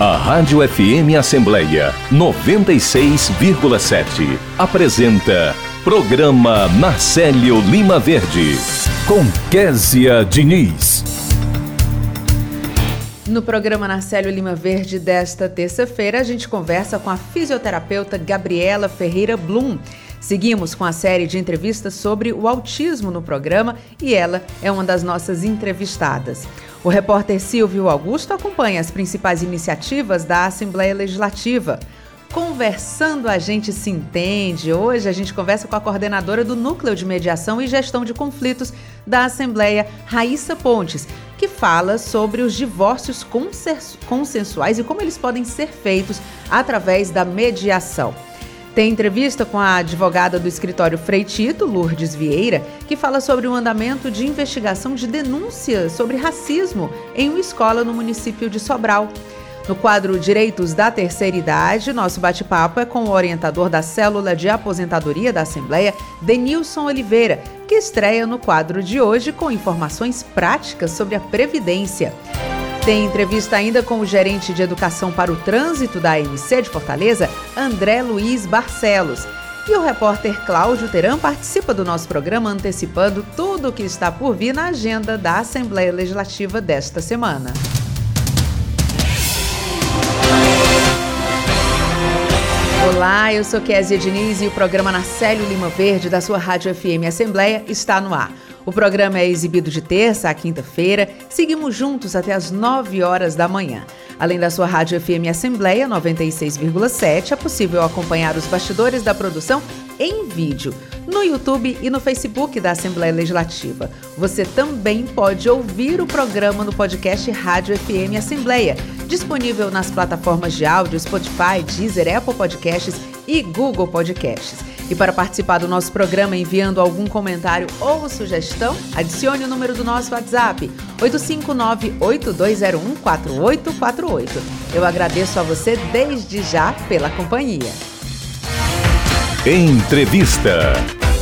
A Rádio FM Assembleia 96,7 apresenta Programa Narcélio Lima Verde, com Késia Diniz. No programa Narcélio Lima Verde desta terça-feira, a gente conversa com a fisioterapeuta Gabriela Ferreira Blum. Seguimos com a série de entrevistas sobre o autismo no programa e ela é uma das nossas entrevistadas. O repórter Silvio Augusto acompanha as principais iniciativas da Assembleia Legislativa. Conversando a gente se entende. Hoje a gente conversa com a coordenadora do Núcleo de Mediação e Gestão de Conflitos da Assembleia, Raíssa Pontes, que fala sobre os divórcios consensuais e como eles podem ser feitos através da mediação. Tem entrevista com a advogada do escritório Frei Tito, Lourdes Vieira, que fala sobre o andamento de investigação de denúncias sobre racismo em uma escola no município de Sobral. No quadro Direitos da Terceira Idade, nosso bate-papo é com o orientador da Célula de Aposentadoria da Assembleia, Denilson Oliveira, que estreia no quadro de hoje com informações práticas sobre a Previdência. Tem entrevista ainda com o gerente de Educação para o Trânsito da AMC de Fortaleza, André Luiz Barcelos. E o repórter Cláudio Teran participa do nosso programa antecipando tudo o que está por vir na agenda da Assembleia Legislativa desta semana. Olá, eu sou Késia Diniz e o programa Narcélio Lima Verde da sua Rádio FM Assembleia está no ar. O programa é exibido de terça a quinta-feira. Seguimos juntos até às 9 horas da manhã. Além da sua Rádio FM Assembleia 96,7, é possível acompanhar os bastidores da produção em vídeo, no YouTube e no Facebook da Assembleia Legislativa. Você também pode ouvir o programa no podcast Rádio FM Assembleia, disponível nas plataformas de áudio Spotify, Deezer, Apple Podcasts e Google Podcasts. E para participar do nosso programa enviando algum comentário ou sugestão, adicione o número do nosso WhatsApp, 859-8201-4848. Eu agradeço a você desde já pela companhia. Entrevista.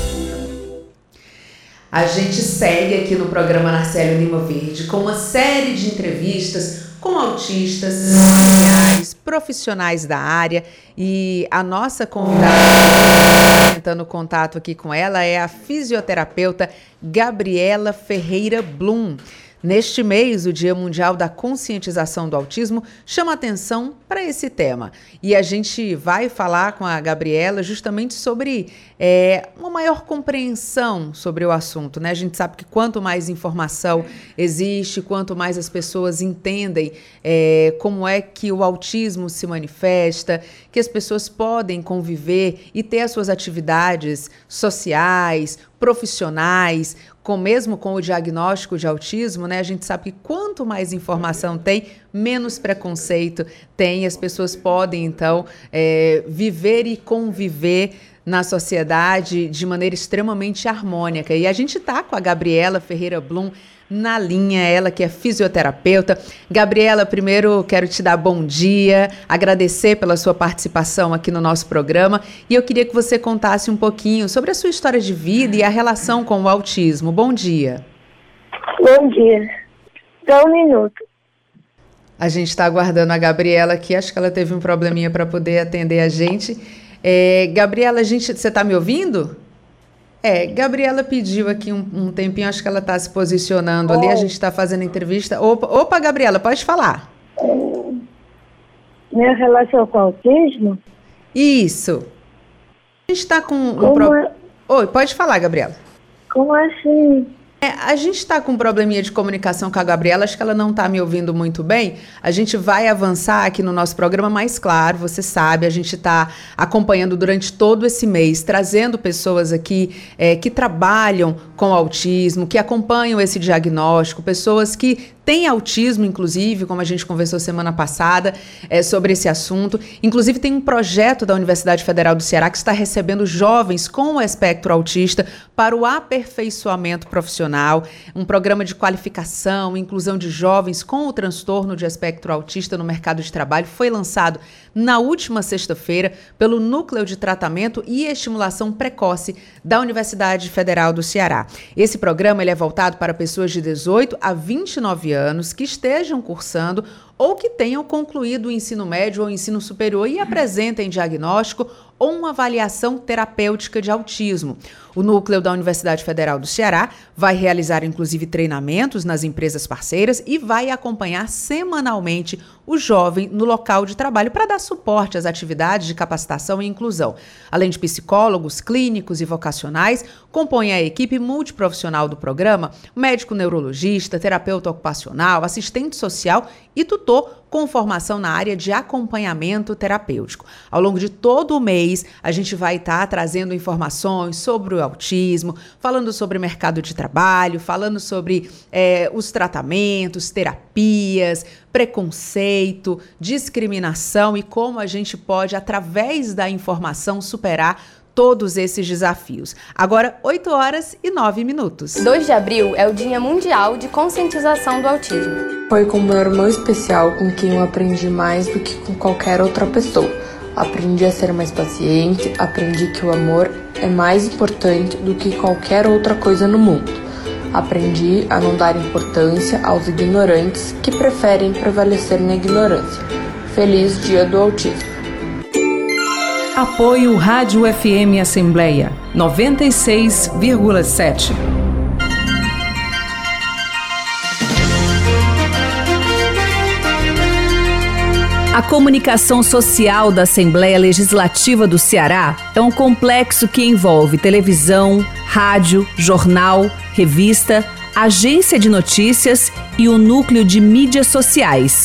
A gente segue aqui no programa Narcélio Lima Verde com uma série de entrevistas com autistas, familiares, profissionais da área, e a nossa convidada, tentando contato aqui com ela, é a fisioterapeuta Gabriela Ferreira Blum. Neste mês, o Dia Mundial da Conscientização do Autismo chama atenção para esse tema. E a gente vai falar com a Gabriela justamente sobre uma maior compreensão sobre o assunto, né? A gente sabe que quanto mais informação existe, quanto mais as pessoas entendem como é que o autismo se manifesta, que as pessoas podem conviver e ter as suas atividades sociais, profissionais, mesmo com o diagnóstico de autismo, né? A gente sabe que quanto mais informação tem, menos preconceito tem. As pessoas podem, então, viver e conviver na sociedade de maneira extremamente harmônica. E a gente está com a Gabriela Ferreira Blum na linha, ela que é fisioterapeuta. Gabriela, primeiro quero te dar bom dia, agradecer pela sua participação aqui no nosso programa, e eu queria que você contasse um pouquinho sobre a sua história de vida e a relação com o autismo. Bom dia. Bom dia. Só um minuto. A gente está aguardando a Gabriela aqui, acho que ela teve um probleminha para poder atender a gente. Gabriela, você está me ouvindo? Gabriela pediu aqui um tempinho, acho que ela está se posicionando ali, a gente está fazendo entrevista. Opa, Gabriela, pode falar. Minha relação com o autismo? Isso. A gente está com Oi, pode falar, Gabriela. Como assim? A gente está com um probleminha de comunicação com a Gabriela, acho que ela não está me ouvindo muito bem. A gente vai avançar aqui no nosso programa, mas claro, você sabe, a gente está acompanhando durante todo esse mês, trazendo pessoas aqui que trabalham com autismo, que acompanham esse diagnóstico, pessoas que têm autismo, inclusive, como a gente conversou semana passada sobre esse assunto. Inclusive, tem um projeto da Universidade Federal do Ceará que está recebendo jovens com o espectro autista para o aperfeiçoamento profissional, um programa de qualificação, inclusão de jovens com o transtorno de espectro autista no mercado de trabalho. Foi lançado na última sexta-feira pelo Núcleo de Tratamento e Estimulação Precoce da Universidade Federal do Ceará. Esse programa ele é voltado para pessoas de 18 a 29 anos que estejam cursando ou que tenham concluído o ensino médio ou ensino superior e apresentem diagnóstico ou uma avaliação terapêutica de autismo. O núcleo da Universidade Federal do Ceará vai realizar, inclusive, treinamentos nas empresas parceiras e vai acompanhar semanalmente o jovem no local de trabalho para dar suporte às atividades de capacitação e inclusão. Além de psicólogos, clínicos e vocacionais, compõe a equipe multiprofissional do programa médico neurologista, terapeuta ocupacional, assistente social e tutor com formação na área de acompanhamento terapêutico. Ao longo de todo o mês, a gente vai estar trazendo informações sobre o autismo, falando sobre o mercado de trabalho, falando sobre os tratamentos, terapias, preconceito, discriminação e como a gente pode, através da informação, superar todos esses desafios. Agora, 8h09. 2 de abril é o Dia Mundial de Conscientização do Autismo. Foi com meu irmão especial com quem eu aprendi mais do que com qualquer outra pessoa. Aprendi a ser mais paciente, aprendi que o amor é mais importante do que qualquer outra coisa no mundo. Aprendi a não dar importância aos ignorantes que preferem prevalecer na ignorância. Feliz Dia do Autismo. Apoio Rádio FM Assembleia 96,7. A comunicação social da Assembleia Legislativa do Ceará é um complexo que envolve televisão, rádio, jornal, revista, agência de notícias e o núcleo de mídias sociais.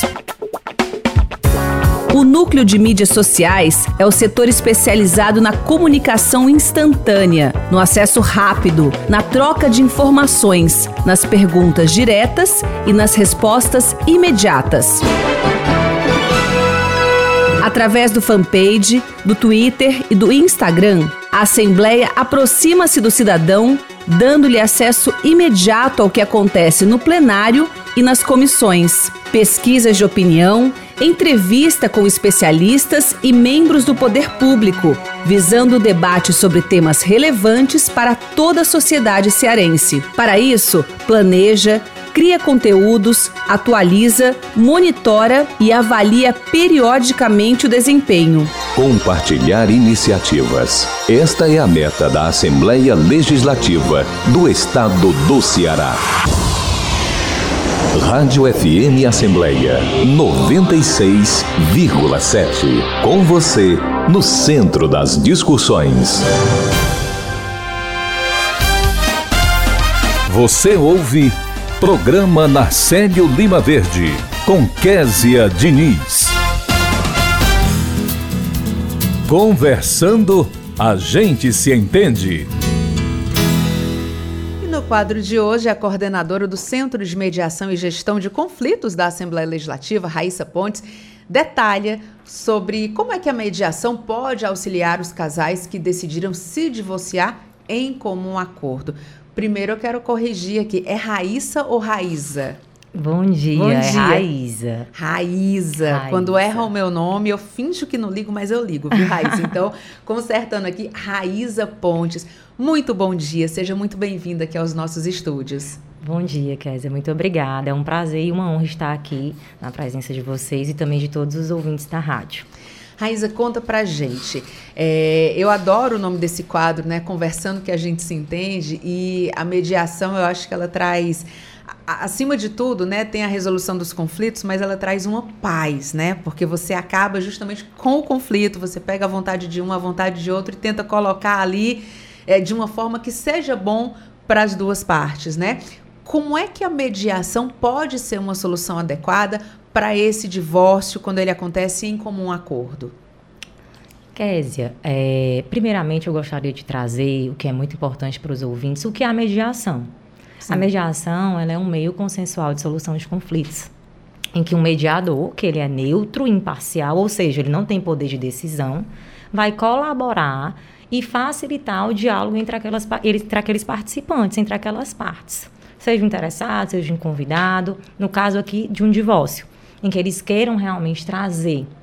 O núcleo de mídias sociais é o setor especializado na comunicação instantânea, no acesso rápido, na troca de informações, nas perguntas diretas e nas respostas imediatas. Através do fanpage, do Twitter e do Instagram, a Assembleia aproxima-se do cidadão, dando-lhe acesso imediato ao que acontece no plenário e nas comissões, pesquisas de opinião, entrevista com especialistas e membros do poder público, visando o debate sobre temas relevantes para toda a sociedade cearense. Para isso, planeja, cria conteúdos, atualiza, monitora e avalia periodicamente o desempenho. Compartilhar iniciativas. Esta é a meta da Assembleia Legislativa do Estado do Ceará. Rádio FM Assembleia 96,7. Com você, no centro das discussões. Você ouve Programa Narcélio Lima Verde, com Késia Diniz. Conversando, a gente se entende. No quadro de hoje, a coordenadora do Centro de Mediação e Gestão de Conflitos da Assembleia Legislativa, Raíssa Pontes, detalha sobre como é que a mediação pode auxiliar os casais que decidiram se divorciar em comum acordo. Primeiro eu quero corrigir aqui, é Raíssa ou Raíza? Bom dia, Bom dia. É Raíza. Raíza. Quando erra o meu nome, eu finjo que não ligo, mas eu ligo, viu, Raíza? Então, consertando aqui, Raíssa Pontes. Muito bom dia, seja muito bem-vinda aqui aos nossos estúdios. Bom dia, Késia, muito obrigada. É um prazer e uma honra estar aqui na presença de vocês e também de todos os ouvintes da rádio. Raíssa, conta pra gente. Eu adoro o nome desse quadro, né? Conversando que a gente se entende, e a mediação, eu acho que ela traz, acima de tudo, né? Tem a resolução dos conflitos, mas ela traz uma paz, né? Porque você acaba justamente com o conflito, você pega a vontade de um, a vontade de outro e tenta colocar ali de uma forma que seja bom para as duas partes, né? Como é que a mediação pode ser uma solução adequada para esse divórcio quando ele acontece em comum acordo? Késia, primeiramente eu gostaria de trazer o que é muito importante para os ouvintes, o que é a mediação. Sim. A mediação, ela é um meio consensual de solução de conflitos, em que um mediador, que ele é neutro, imparcial, ou seja, ele não tem poder de decisão, vai colaborar e facilitar o diálogo entre aqueles participantes, entre aquelas partes. Seja um interessado, seja um convidado, no caso aqui de um divórcio, em que eles queiram realmente trazer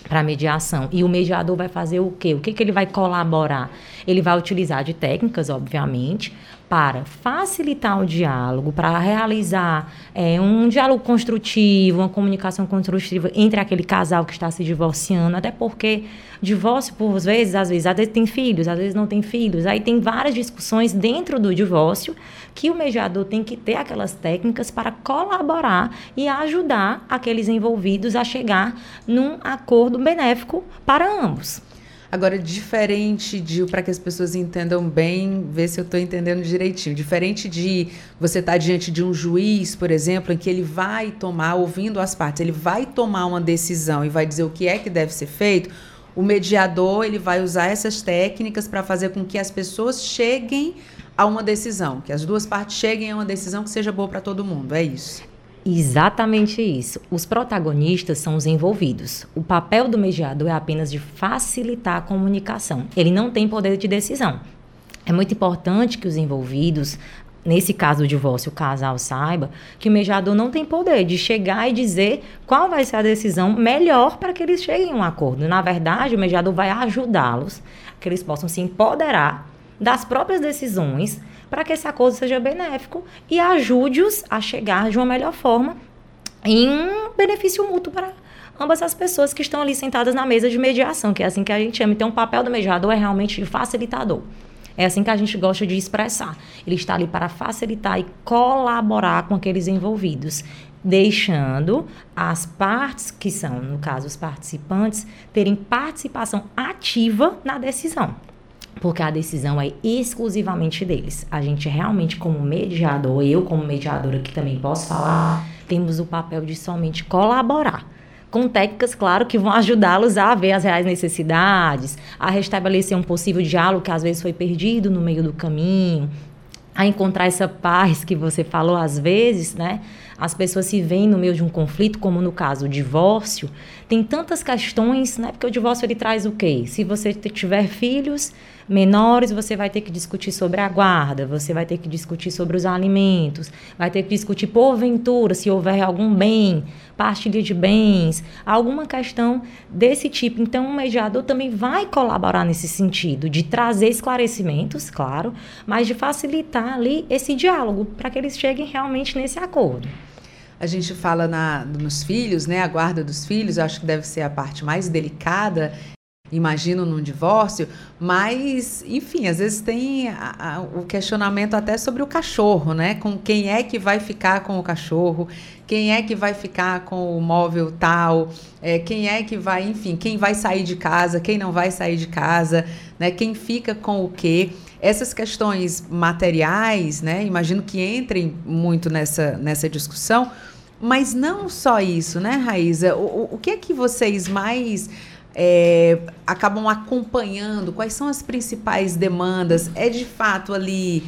para a mediação. E o mediador vai fazer o quê? O que ele vai colaborar? Ele vai utilizar de técnicas, obviamente, para facilitar o diálogo, para realizar um diálogo construtivo, uma comunicação construtiva entre aquele casal que está se divorciando, até porque divórcio, por vezes, às vezes tem filhos, às vezes não tem filhos, aí tem várias discussões dentro do divórcio que o mediador tem que ter aquelas técnicas para colaborar e ajudar aqueles envolvidos a chegar num acordo benéfico para ambos. Agora, diferente para que as pessoas entendam bem, ver se eu estou entendendo direitinho, diferente de você estar diante de um juiz, por exemplo, em que ele vai tomar, ouvindo as partes, ele vai tomar uma decisão e vai dizer o que é que deve ser feito, o mediador ele vai usar essas técnicas para fazer com que as pessoas cheguem a uma decisão, que as duas partes cheguem a uma decisão que seja boa para todo mundo, é isso? Exatamente isso. Os protagonistas são os envolvidos. O papel do mediador é apenas de facilitar a comunicação. Ele não tem poder de decisão. É muito importante que os envolvidos, nesse caso do divórcio, o casal saiba que o mediador não tem poder de chegar e dizer qual vai ser a decisão melhor para que eles cheguem a um acordo. Na verdade, o mediador vai ajudá-los a que eles possam se empoderar das próprias decisões para que esse acordo seja benéfico e ajude-os a chegar de uma melhor forma em um benefício mútuo para ambas as pessoas que estão ali sentadas na mesa de mediação, que é assim que a gente chama. Então, o papel do mediador é realmente de facilitador. É assim que a gente gosta de expressar. Ele está ali para facilitar e colaborar com aqueles envolvidos, deixando as partes, que são, no caso, os participantes, terem participação ativa na decisão. Porque a decisão é exclusivamente deles. A gente realmente, como mediador, eu como mediadora que também posso falar, temos o papel de somente colaborar. Com técnicas, claro, que vão ajudá-los a ver as reais necessidades, a restabelecer um possível diálogo que às vezes foi perdido no meio do caminho, a encontrar essa paz que você falou às vezes, né? As pessoas se veem no meio de um conflito, como no caso o divórcio, tem tantas questões, né? Porque o divórcio ele traz o quê? Se você tiver filhos menores, você vai ter que discutir sobre a guarda, você vai ter que discutir sobre os alimentos, vai ter que discutir, porventura, se houver algum bem, partilha de bens, alguma questão desse tipo. Então, o mediador também vai colaborar nesse sentido, de trazer esclarecimentos, claro, mas de facilitar ali esse diálogo, para que eles cheguem realmente nesse acordo. A gente fala nos filhos, né? A guarda dos filhos, eu acho que deve ser a parte mais delicada, imagino, num divórcio, mas, enfim, às vezes tem o questionamento até sobre o cachorro, né? Com quem é que vai ficar com o cachorro, quem é que vai ficar com o móvel tal, quem é que vai, enfim, quem vai sair de casa, quem não vai sair de casa, né? Quem fica com o quê? Essas questões materiais, né? Imagino que entrem muito nessa discussão, mas não só isso, né, Raíza? O que é que vocês mais acabam acompanhando? Quais são as principais demandas? É de fato ali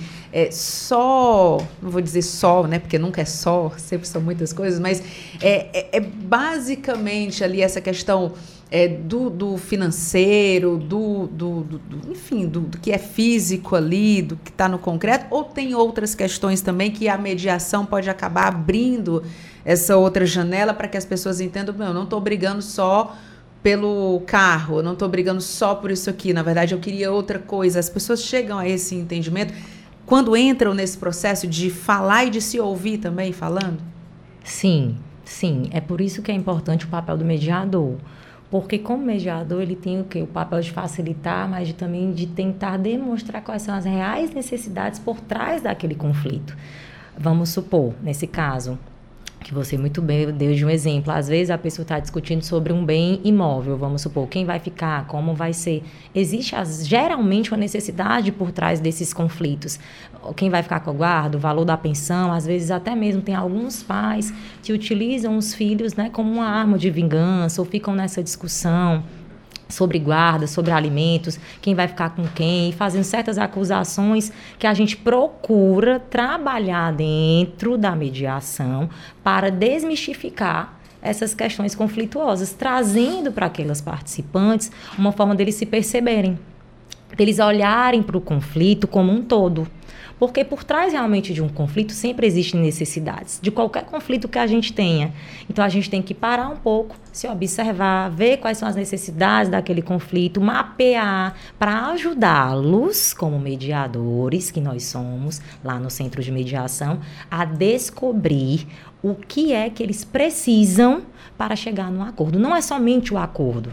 só, não vou dizer só, né, porque nunca é só, sempre são muitas coisas, mas é basicamente ali essa questão do financeiro, enfim, do que é físico ali, do que está no concreto, ou tem outras questões também que a mediação pode acabar abrindo essa outra janela para que as pessoas entendam, eu não estou brigando só pelo carro, eu não estou brigando só por isso aqui, na verdade eu queria outra coisa. As pessoas chegam a esse entendimento quando entram nesse processo de falar e de se ouvir também falando? Sim, é por isso que é importante o papel do mediador, porque como mediador ele tem o quê? O papel de facilitar, mas também de tentar demonstrar quais são as reais necessidades por trás daquele conflito. Vamos supor, nesse caso, que você muito bem deu de um exemplo. Às vezes a pessoa está discutindo sobre um bem imóvel, vamos supor, quem vai ficar, como vai ser. Existe geralmente uma necessidade por trás desses conflitos. Quem vai ficar com a guarda, o valor da pensão, às vezes até mesmo tem alguns pais que utilizam os filhos, né, como uma arma de vingança ou ficam nessa discussão sobre guarda, sobre alimentos, quem vai ficar com quem, fazendo certas acusações que a gente procura trabalhar dentro da mediação para desmistificar essas questões conflituosas, trazendo para aquelas participantes uma forma deles se perceberem, deles olharem para o conflito como um todo. Porque por trás realmente de um conflito sempre existem necessidades, de qualquer conflito que a gente tenha. Então a gente tem que parar um pouco, se observar, ver quais são as necessidades daquele conflito, mapear para ajudá-los, como mediadores que nós somos, lá no Centro de Mediação, a descobrir o que é que eles precisam para chegar num acordo. Não é somente o acordo.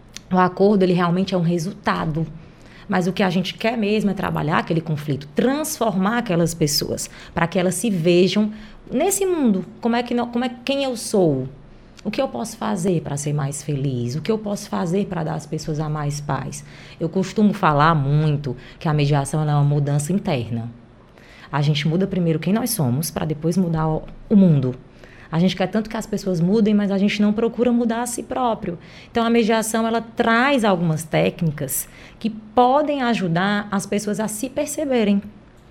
O acordo, ele realmente é um resultado. Mas o que a gente quer mesmo é trabalhar aquele conflito, transformar aquelas pessoas, para que elas se vejam nesse mundo. Quem eu sou? O que eu posso fazer para ser mais feliz? O que eu posso fazer para dar às pessoas a mais paz? Eu costumo falar muito que a mediação ela é uma mudança interna. A gente muda primeiro quem nós somos, para depois mudar o mundo. A gente quer tanto que as pessoas mudem, mas a gente não procura mudar a si próprio. Então, a mediação, ela traz algumas técnicas que podem ajudar as pessoas a se perceberem,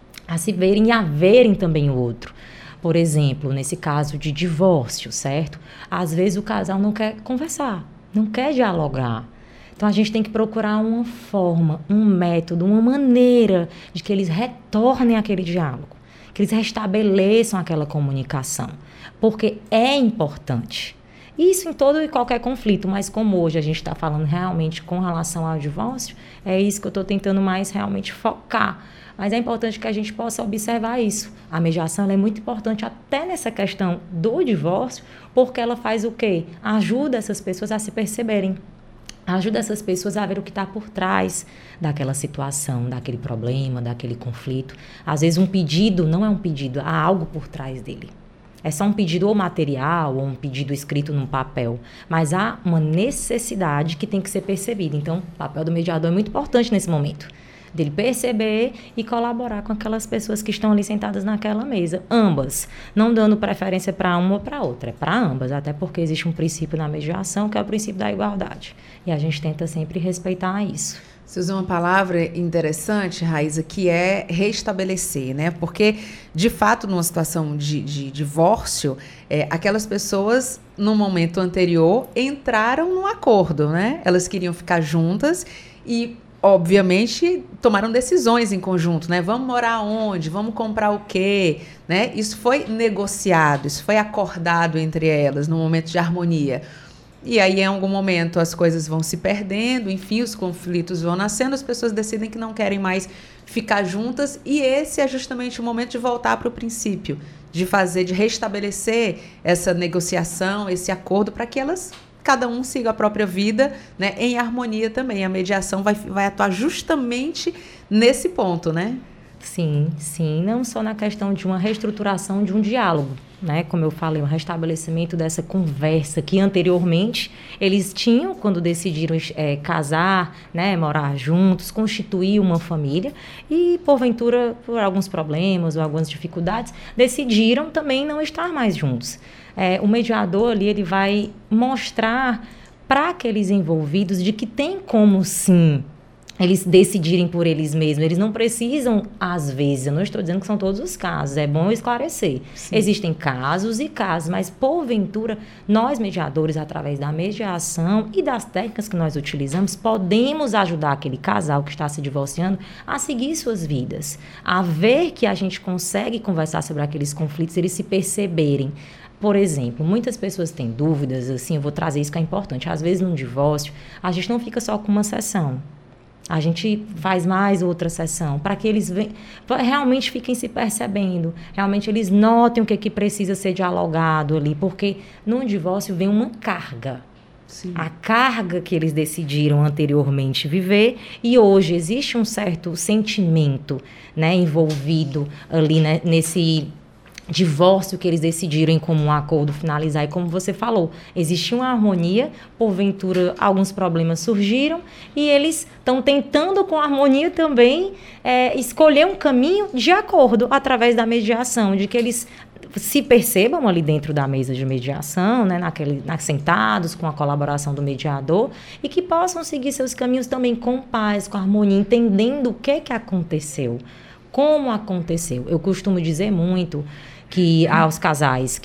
a se verem e a verem também o outro. Por exemplo, nesse caso de divórcio, certo? Às vezes o casal não quer conversar, não quer dialogar. Então, a gente tem que procurar uma forma, um método, uma maneira de que eles retornem àquele diálogo, que eles restabeleçam aquela comunicação. Porque é importante. Isso em todo e qualquer conflito, mas como hoje a gente está falando realmente com relação ao divórcio, é isso que eu estou tentando mais realmente focar. Mas é importante que a gente possa observar isso. A mediação ela é muito importante até nessa questão do divórcio, porque ela faz o quê? Ajuda essas pessoas a se perceberem. Ajuda essas pessoas a ver o que está por trás daquela situação, daquele problema, daquele conflito. Às vezes um pedido não é um pedido, há algo por trás dele. É só um pedido ou material, ou um pedido escrito num papel. Mas há uma necessidade que tem que ser percebida. Então, o papel do mediador é muito importante nesse momento. Dele perceber e colaborar com aquelas pessoas que estão ali sentadas naquela mesa. Ambas. Não dando preferência para uma ou para outra. É para ambas. Até porque existe um princípio na mediação, que é o princípio da igualdade. E a gente tenta sempre respeitar isso. Você usa uma palavra interessante, Raíza, que é restabelecer, né? Porque, de fato, numa situação de divórcio, aquelas pessoas, no momento anterior, entraram num acordo, né? Elas queriam ficar juntas e, obviamente, tomaram decisões em conjunto, né? Vamos morar onde? Vamos comprar o quê? Né? Isso foi negociado, isso foi acordado entre elas, num momento de harmonia. E aí, em algum momento, as coisas vão se perdendo, enfim, os conflitos vão nascendo, as pessoas decidem que não querem mais ficar juntas, e esse é justamente o momento de voltar para o princípio, de restabelecer essa negociação, esse acordo, para que cada um siga a própria vida, né, em harmonia também. A mediação vai atuar justamente nesse ponto, né? Sim, não só na questão de uma reestruturação de um diálogo, né? Como eu falei, um restabelecimento dessa conversa que anteriormente eles tinham quando decidiram casar, né? Morar juntos, constituir uma família e, porventura, por alguns problemas ou algumas dificuldades, decidiram também não estar mais juntos. O mediador ali, ele vai mostrar para aqueles envolvidos de que tem como, sim, eles decidirem por eles mesmos. Eles não precisam, às vezes, eu não estou dizendo que são todos os casos, é bom esclarecer. Sim. Existem casos e casos, mas, porventura, nós mediadores, através da mediação e das técnicas que nós utilizamos, podemos ajudar aquele casal que está se divorciando a seguir suas vidas, a ver que a gente consegue conversar sobre aqueles conflitos, eles se perceberem. Por exemplo, muitas pessoas têm dúvidas, assim, eu vou trazer isso que é importante. Às vezes, num divórcio, a gente não fica só com uma sessão. A gente faz mais outra sessão, para que eles realmente fiquem se percebendo, realmente eles notem o que precisa ser dialogado ali, porque no divórcio vem uma carga. Sim. A carga que eles decidiram anteriormente viver, e hoje existe um certo sentimento, né, envolvido ali, né, nesse divórcio que eles decidiram em comum acordo finalizar. E como você falou, existia uma harmonia, porventura alguns problemas surgiram e eles estão tentando com harmonia também escolher um caminho de acordo através da mediação, de que eles se percebam ali dentro da mesa de mediação, né, sentados com a colaboração do mediador, e que possam seguir seus caminhos também com paz, com harmonia, entendendo o que aconteceu, como aconteceu. Eu costumo dizer muito que aos casais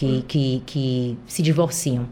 que se divorciam,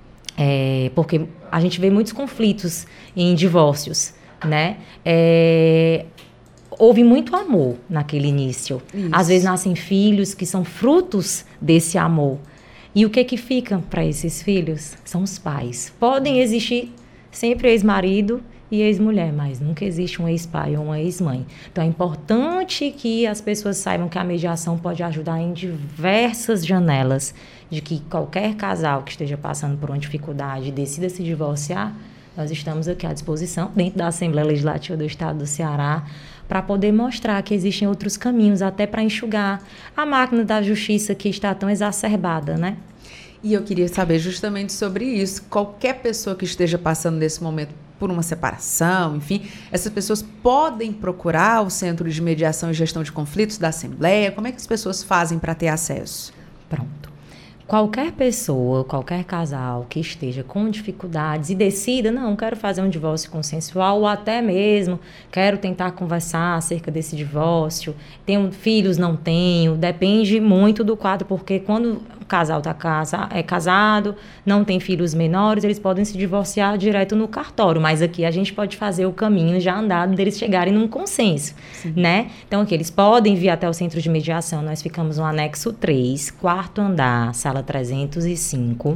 porque a gente vê muitos conflitos em divórcios, né? houve muito amor naquele início. Isso. Às vezes nascem filhos que são frutos desse amor. E o que fica para esses filhos? São os pais. Podem existir sempre ex-marido e ex-mulher, mas nunca existe um ex-pai ou uma ex-mãe. Então é importante que as pessoas saibam que a mediação pode ajudar em diversas janelas, de que qualquer casal que esteja passando por uma dificuldade e decida se divorciar, nós estamos aqui à disposição, dentro da Assembleia Legislativa do Estado do Ceará, para poder mostrar que existem outros caminhos, até para enxugar a máquina da justiça que está tão exacerbada, né? E eu queria saber justamente sobre isso. Qualquer pessoa que esteja passando nesse momento por uma separação, enfim, essas pessoas podem procurar o Centro de Mediação e Gestão de Conflitos da Assembleia? Como é que as pessoas fazem para ter acesso? Pronto. Qualquer pessoa, qualquer casal que esteja com dificuldades e decida, não, quero fazer um divórcio consensual ou até mesmo quero tentar conversar acerca desse divórcio, tenho filhos, não tenho, depende muito do quadro, porque quando o casal é casado, não tem filhos menores, eles podem se divorciar direto no cartório, mas aqui a gente pode fazer o caminho já andado deles chegarem num consenso, né? Então aqui eles podem vir até o Centro de Mediação, nós ficamos no anexo 3, quarto andar, sala 305,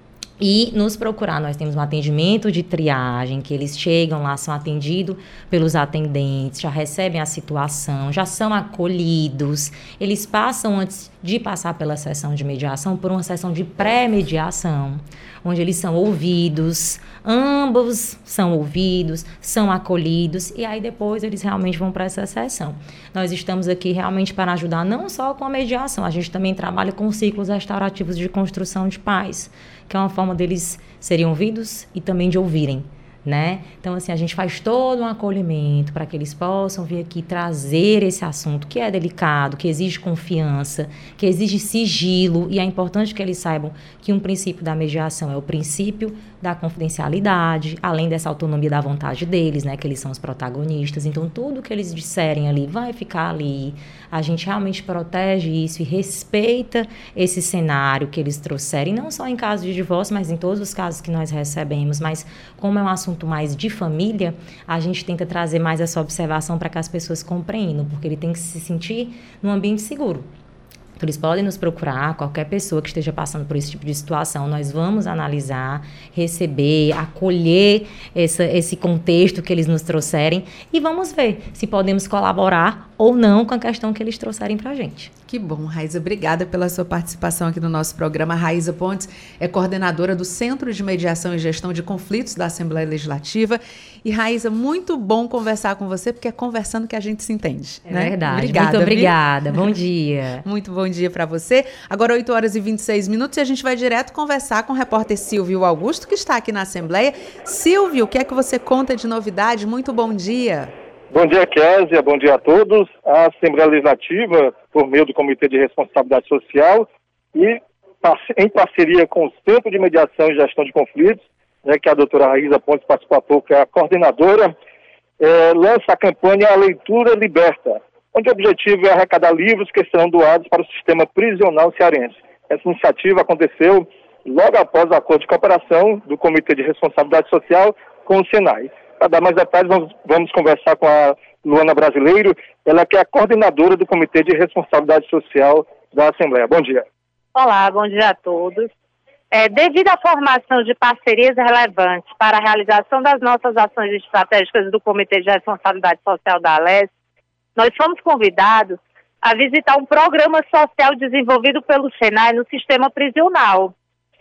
e nos procurar. Nós temos um atendimento de triagem, que eles chegam lá, são atendidos pelos atendentes, já recebem a situação, já são acolhidos. Eles passam, antes de passar pela sessão de mediação, por uma sessão de pré-mediação, onde eles são ouvidos, ambos são ouvidos, são acolhidos, e aí depois eles realmente vão para essa sessão. Nós estamos aqui realmente para ajudar não só com a mediação, a gente também trabalha com ciclos restaurativos de construção de paz, que é uma forma deles serem ouvidos e também de ouvirem, né? Então, assim, a gente faz todo um acolhimento para que eles possam vir aqui trazer esse assunto que é delicado, que exige confiança, que exige sigilo, e é importante que eles saibam que um princípio da mediação é o princípio da confidencialidade, além dessa autonomia da vontade deles, né, que eles são os protagonistas. Então, tudo que eles disserem ali vai ficar ali. A gente realmente protege isso e respeita esse cenário que eles trouxerem, não só em caso de divórcio, mas em todos os casos que nós recebemos. Mas, como é um assunto mais de família, a gente tenta trazer mais essa observação para que as pessoas compreendam, porque ele tem que se sentir num ambiente seguro. Então, eles podem nos procurar, qualquer pessoa que esteja passando por esse tipo de situação, nós vamos analisar, receber, acolher esse contexto que eles nos trouxerem e vamos ver se podemos colaborar ou não com a questão que eles trouxerem para a gente. Que bom, Raíza. Obrigada pela sua participação aqui no nosso programa. Raíza Pontes é coordenadora do Centro de Mediação e Gestão de Conflitos da Assembleia Legislativa. E, Raíza, muito bom conversar com você, porque é conversando que a gente se entende. É, né? verdade. Obrigada, muito obrigada. Bom dia. Muito bom dia para você. Agora, 8 horas e 26 minutos, e a gente vai direto conversar com o repórter Silvio Augusto, que está aqui na Assembleia. Silvio, o que é que você conta de novidade? Muito bom dia. Bom dia, Kézia. Bom dia a todos. A Assembleia Legislativa, por meio do Comitê de Responsabilidade Social e em parceria com o Centro de Mediação e Gestão de Conflitos, né, que a doutora Raíza Pontes participou há pouco, que é a coordenadora, lança a campanha A Leitura Liberta, onde o objetivo é arrecadar livros que serão doados para o sistema prisional cearense. Essa iniciativa aconteceu logo após o acordo de cooperação do Comitê de Responsabilidade Social com o Senai. Para dar mais detalhes, vamos conversar com a Luana Brasileiro, ela que é a coordenadora do Comitê de Responsabilidade Social da Assembleia. Bom dia. Olá, bom dia a todos. Devido à formação de parcerias relevantes para a realização das nossas ações estratégicas do Comitê de Responsabilidade Social da ALES, nós fomos convidados a visitar um programa social desenvolvido pelo Senai no sistema prisional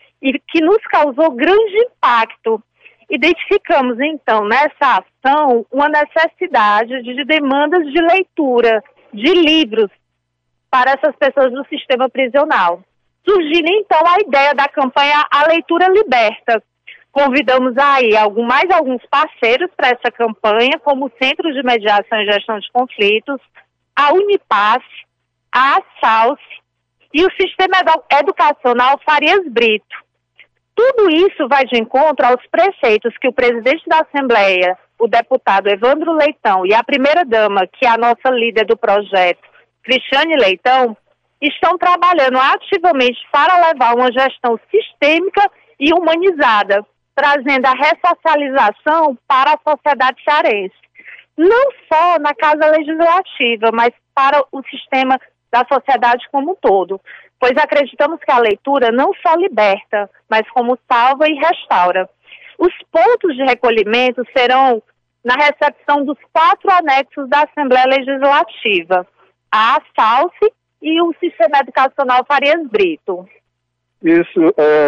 e que nos causou grande impacto. Identificamos, então, nessa ação, uma necessidade de demandas de leitura de livros para essas pessoas do sistema prisional. Surgindo, então, a ideia da campanha A Leitura Liberta. Convidamos aí mais alguns parceiros para essa campanha, como o Centro de Mediação e Gestão de Conflitos, a Unipaz, a ASALS e o Sistema Educacional Farias Brito. Tudo isso vai de encontro aos preceitos que o presidente da Assembleia, o deputado Evandro Leitão, e a primeira-dama, que é a nossa líder do projeto, Cristiane Leitão, estão trabalhando ativamente para levar uma gestão sistêmica e humanizada, trazendo a ressocialização para a sociedade cearense. não só na Casa Legislativa, mas para o sistema da sociedade como um todo, pois acreditamos que a leitura não só liberta, mas como salva e restaura. Os pontos de recolhimento serão na recepção dos 4 anexos da Assembleia Legislativa, a ASALSE e o Sistema Educacional Farias Brito. Isso,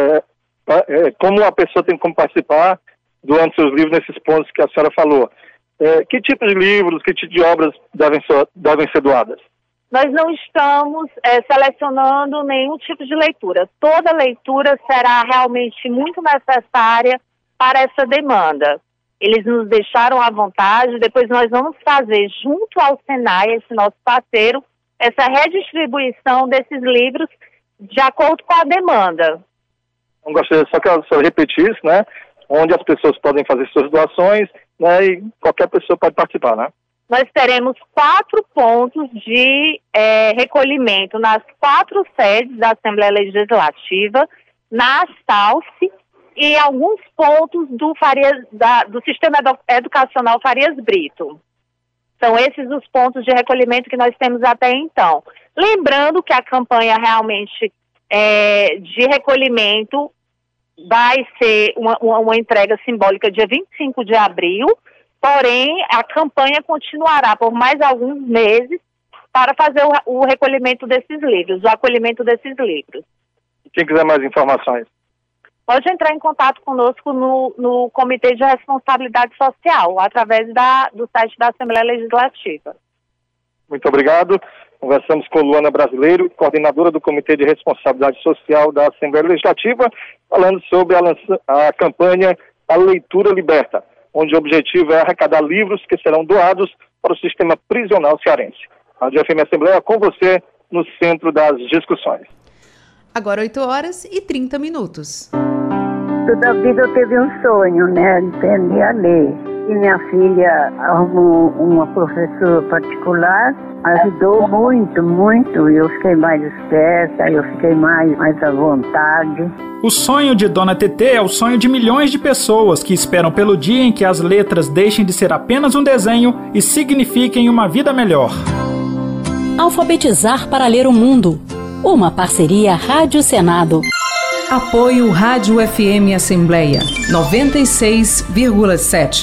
como a pessoa tem como participar doando seus livros nesses pontos que a senhora falou? Que tipo de livros, que tipo de obras devem ser doadas? Nós não estamos selecionando nenhum tipo de leitura. Toda leitura será realmente muito necessária para essa demanda. Eles nos deixaram à vontade, depois nós vamos fazer junto ao Senai, esse nosso parceiro, essa redistribuição desses livros de acordo com a demanda. Eu gostaria só que a senhora repetisse, né, onde as pessoas podem fazer suas doações, né, e qualquer pessoa pode participar, né? Nós teremos 4 pontos de recolhimento nas 4 sedes da Assembleia Legislativa, na ASALSE e alguns pontos do Sistema Educacional Farias Brito. São esses os pontos de recolhimento que nós temos até então. Lembrando que a campanha realmente de recolhimento vai ser uma entrega simbólica dia 25 de abril, porém a campanha continuará por mais alguns meses para fazer o recolhimento desses livros, o acolhimento desses livros. Quem quiser mais informações? Pode entrar em contato conosco no Comitê de Responsabilidade Social, através do site da Assembleia Legislativa. Muito obrigado. Conversamos com Luana Brasileiro, coordenadora do Comitê de Responsabilidade Social da Assembleia Legislativa, falando sobre a campanha A Leitura Liberta, onde o objetivo é arrecadar livros que serão doados para o sistema prisional cearense. A Rádio FM Assembleia com você no centro das discussões. Agora 8h30. Toda vida eu tive um sonho, né? Aprender a ler. E minha filha arrumou uma professora particular, ajudou muito, muito. E eu fiquei mais esperta, eu fiquei mais à vontade. O sonho de Dona Tetê é o sonho de milhões de pessoas que esperam pelo dia em que as letras deixem de ser apenas um desenho e signifiquem uma vida melhor. Alfabetizar para ler o mundo. Uma parceria Rádio Senado. Apoio Rádio FM Assembleia 96,7.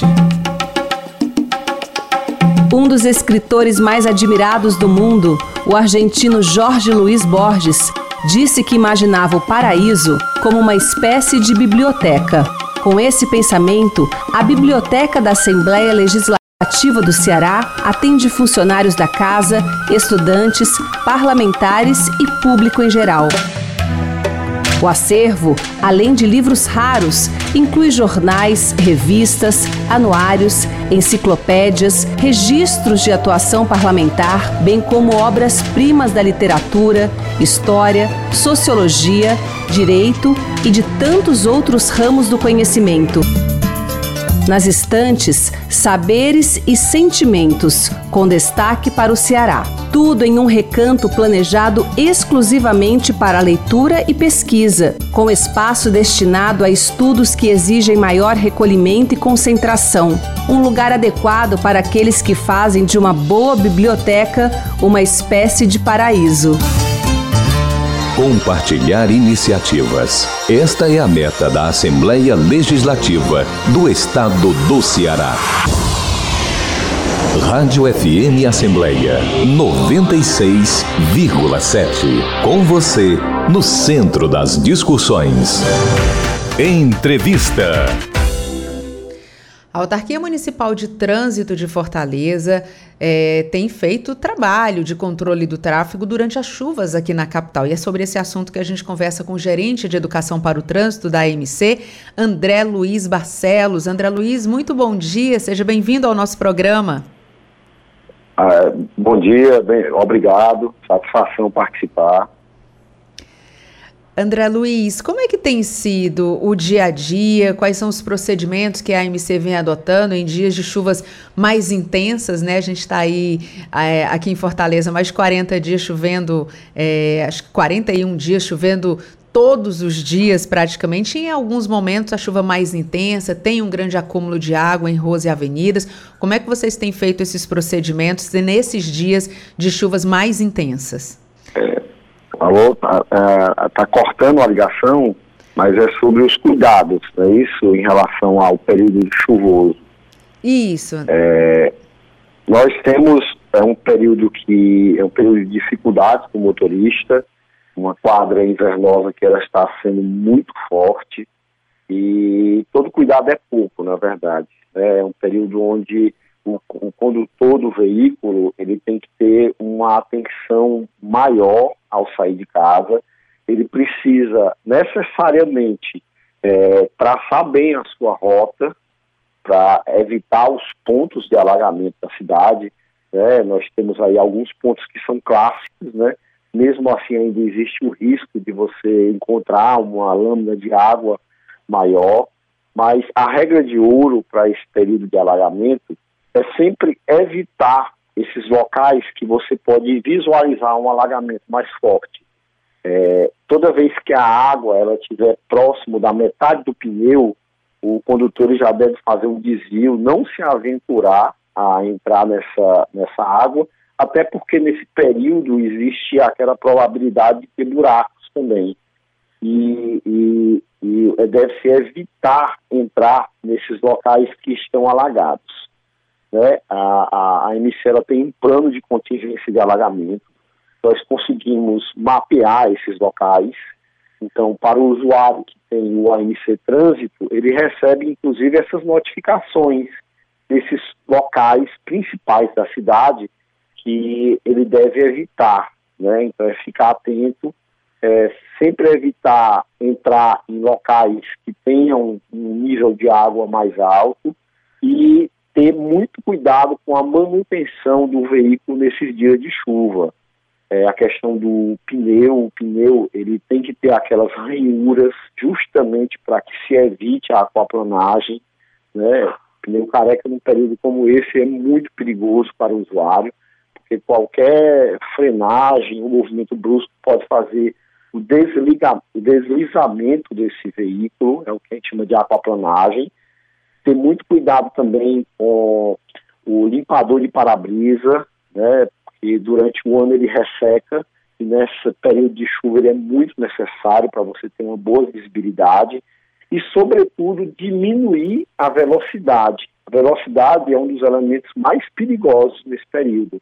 Um dos escritores mais admirados do mundo, o argentino Jorge Luis Borges, disse que imaginava o paraíso como uma espécie de biblioteca. Com esse pensamento, a Biblioteca da Assembleia Legislativa do Ceará atende funcionários da casa, estudantes, parlamentares e público em geral. O acervo, além de livros raros, inclui jornais, revistas, anuários, enciclopédias, registros de atuação parlamentar, bem como obras-primas da literatura, história, sociologia, direito e de tantos outros ramos do conhecimento. Nas estantes, saberes e sentimentos, com destaque para o Ceará. Tudo em um recanto planejado exclusivamente para leitura e pesquisa, com espaço destinado a estudos que exigem maior recolhimento e concentração. Um lugar adequado para aqueles que fazem de uma boa biblioteca uma espécie de paraíso. Compartilhar iniciativas. Esta é a meta da Assembleia Legislativa do Estado do Ceará. Rádio FM Assembleia 96,7. Com você, no centro das discussões. Entrevista. A Autarquia Municipal de Trânsito de Fortaleza tem feito trabalho de controle do tráfego durante as chuvas aqui na capital. E é sobre esse assunto que a gente conversa com o gerente de Educação para o Trânsito da AMC, André Luiz Barcelos. André Luiz, muito bom dia, seja bem-vindo ao nosso programa. Bom dia, obrigado, satisfação participar. André Luiz, como é que tem sido o dia a dia? Quais são os procedimentos que a AMC vem adotando em dias de chuvas mais intensas, né? A gente está aí, aqui em Fortaleza, mais de 40 dias chovendo, acho que 41 dias chovendo todos os dias, praticamente, em alguns momentos a chuva mais intensa, tem um grande acúmulo de água em ruas e avenidas. Como é que vocês têm feito esses procedimentos nesses dias de chuvas mais intensas? Alô, tá cortando a ligação, mas é sobre os cuidados, não é isso, em relação ao período chuvoso. Isso. Nós temos um período de dificuldades para o motorista, uma quadra invernosa que ela está sendo muito forte e todo cuidado é pouco, na verdade. É um período onde o condutor do veículo ele tem que ter uma atenção maior ao sair de casa. Ele precisa necessariamente traçar bem a sua rota para evitar os pontos de alagamento da cidade. Nós temos aí alguns pontos que são clássicos, né? Mesmo assim ainda existe o risco de você encontrar uma lâmina de água maior, mas a regra de ouro para esse período de alagamento é sempre evitar esses locais que você pode visualizar um alagamento mais forte. Toda vez que a água ela estiver próximo da metade do pneu, o condutor já deve fazer um desvio, não se aventurar a entrar nessa água, até porque nesse período existe aquela probabilidade de ter buracos também. E deve-se evitar entrar nesses locais que estão alagados. Né? A AMC ela tem um plano de contingência de alagamento. Nós conseguimos mapear esses locais. Então, para o usuário que tem o AMC Trânsito, ele recebe, inclusive, essas notificações desses locais principais da cidade que ele deve evitar, né? Então, é ficar atento, sempre evitar entrar em locais que tenham um nível de água mais alto e ter muito cuidado com a manutenção do veículo nesses dias de chuva. A questão do pneu, o pneu ele tem que ter aquelas ranhuras justamente para que se evite a aquaplanagem, né? Pneu careca num período como esse é muito perigoso para o usuário, porque qualquer frenagem, um movimento brusco pode fazer o deslizamento desse veículo, é o que a gente chama de aquaplanagem. Ter muito cuidado também com o limpador de para-brisa, né? Porque durante o ano ele resseca e nesse período de chuva ele é muito necessário para você ter uma boa visibilidade e, sobretudo, diminuir a velocidade. A velocidade é um dos elementos mais perigosos nesse período.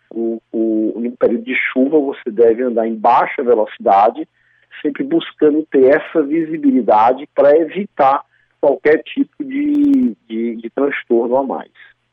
No período de chuva você deve andar em baixa velocidade, sempre buscando ter essa visibilidade para evitar qualquer tipo de transtorno a mais.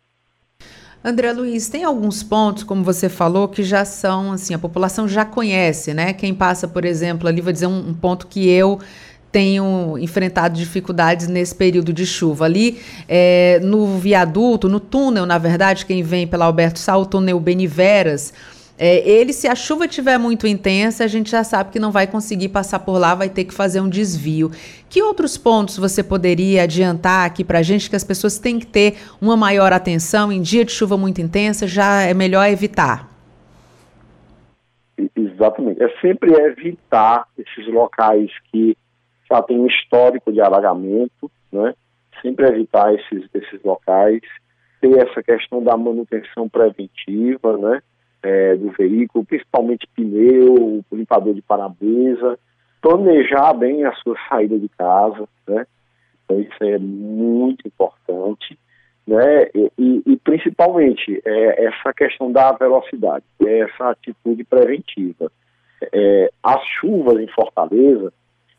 André Luiz, tem alguns pontos, como você falou, que já são, assim, a população já conhece, né? Quem passa, por exemplo, ali, vou dizer um ponto que eu tenho enfrentado dificuldades nesse período de chuva. Ali, no viaduto, no túnel, na verdade, quem vem pela Alberto Sá, o túnel Beniveras, se a chuva estiver muito intensa, a gente já sabe que não vai conseguir passar por lá, vai ter que fazer um desvio. Que outros pontos você poderia adiantar aqui para a gente que as pessoas têm que ter uma maior atenção em dia de chuva muito intensa, já é melhor evitar? Exatamente. É sempre evitar esses locais que já tem um histórico de alagamento, né? Sempre evitar esses locais, ter essa questão da manutenção preventiva, né? Do veículo, principalmente pneu, limpador de para-brisa, planejar bem a sua saída de casa, né? Então isso é muito importante, né? E principalmente essa questão da velocidade, essa atitude preventiva. As chuvas em Fortaleza,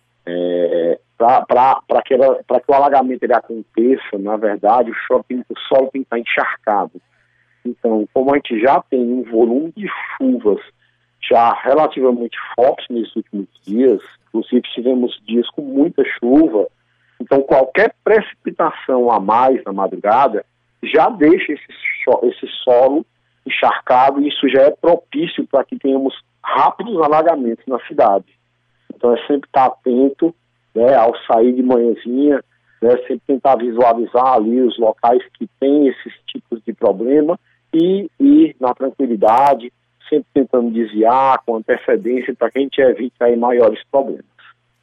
para que o alagamento ele aconteça, na verdade, o solo tem que estar encharcado. Então, como a gente já tem um volume de chuvas já relativamente forte nesses últimos dias, inclusive tivemos dias com muita chuva, então qualquer precipitação a mais na madrugada já deixa esse solo encharcado e isso já é propício para que tenhamos rápidos alagamentos na cidade. Então é sempre estar atento, né, ao sair de manhãzinha, né, sempre tentar visualizar ali os locais que têm esses tipos de problema e ir na tranquilidade, sempre tentando desviar com antecedência para que a gente evite aí maiores problemas.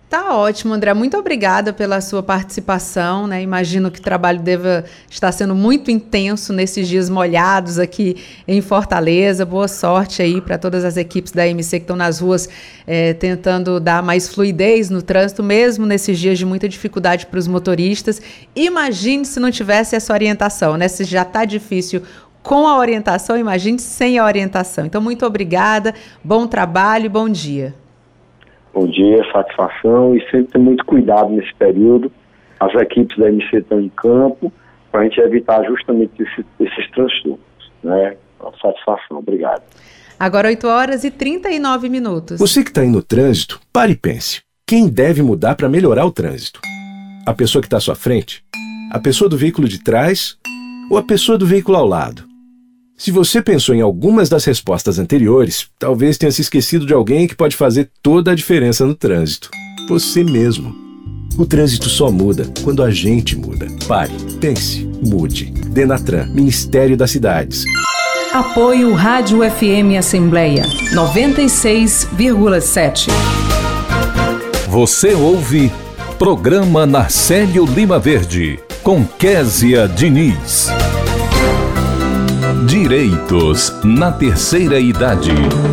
Tá ótimo, André. Muito obrigada pela sua participação, né? Imagino que o trabalho deva estar sendo muito intenso nesses dias molhados aqui em Fortaleza. Boa sorte aí para todas as equipes da MC que estão nas ruas tentando dar mais fluidez no trânsito, mesmo nesses dias de muita dificuldade para os motoristas. Imagine se não tivesse essa orientação, né? Se já está difícil com a orientação, imagine sem a orientação. Então, muito obrigada, bom trabalho e bom dia. Bom dia, satisfação, e sempre ter muito cuidado nesse período. As equipes da MC estão em campo para a gente evitar justamente esses transtornos, né? Satisfação, obrigado. Agora 8h39. Você que está aí no trânsito, pare e pense. Quem deve mudar para melhorar o trânsito? A pessoa que está à sua frente? A pessoa do veículo de trás? Ou a pessoa do veículo ao lado? Se você pensou em algumas das respostas anteriores, talvez tenha se esquecido de alguém que pode fazer toda a diferença no trânsito. Você mesmo. O trânsito só muda quando a gente muda. Pare, pense, mude. Denatran, Ministério das Cidades. Apoio Rádio FM Assembleia 96,7. Você ouve Programa Narcélio Lima Verde, com Késia Diniz. Direitos na terceira idade.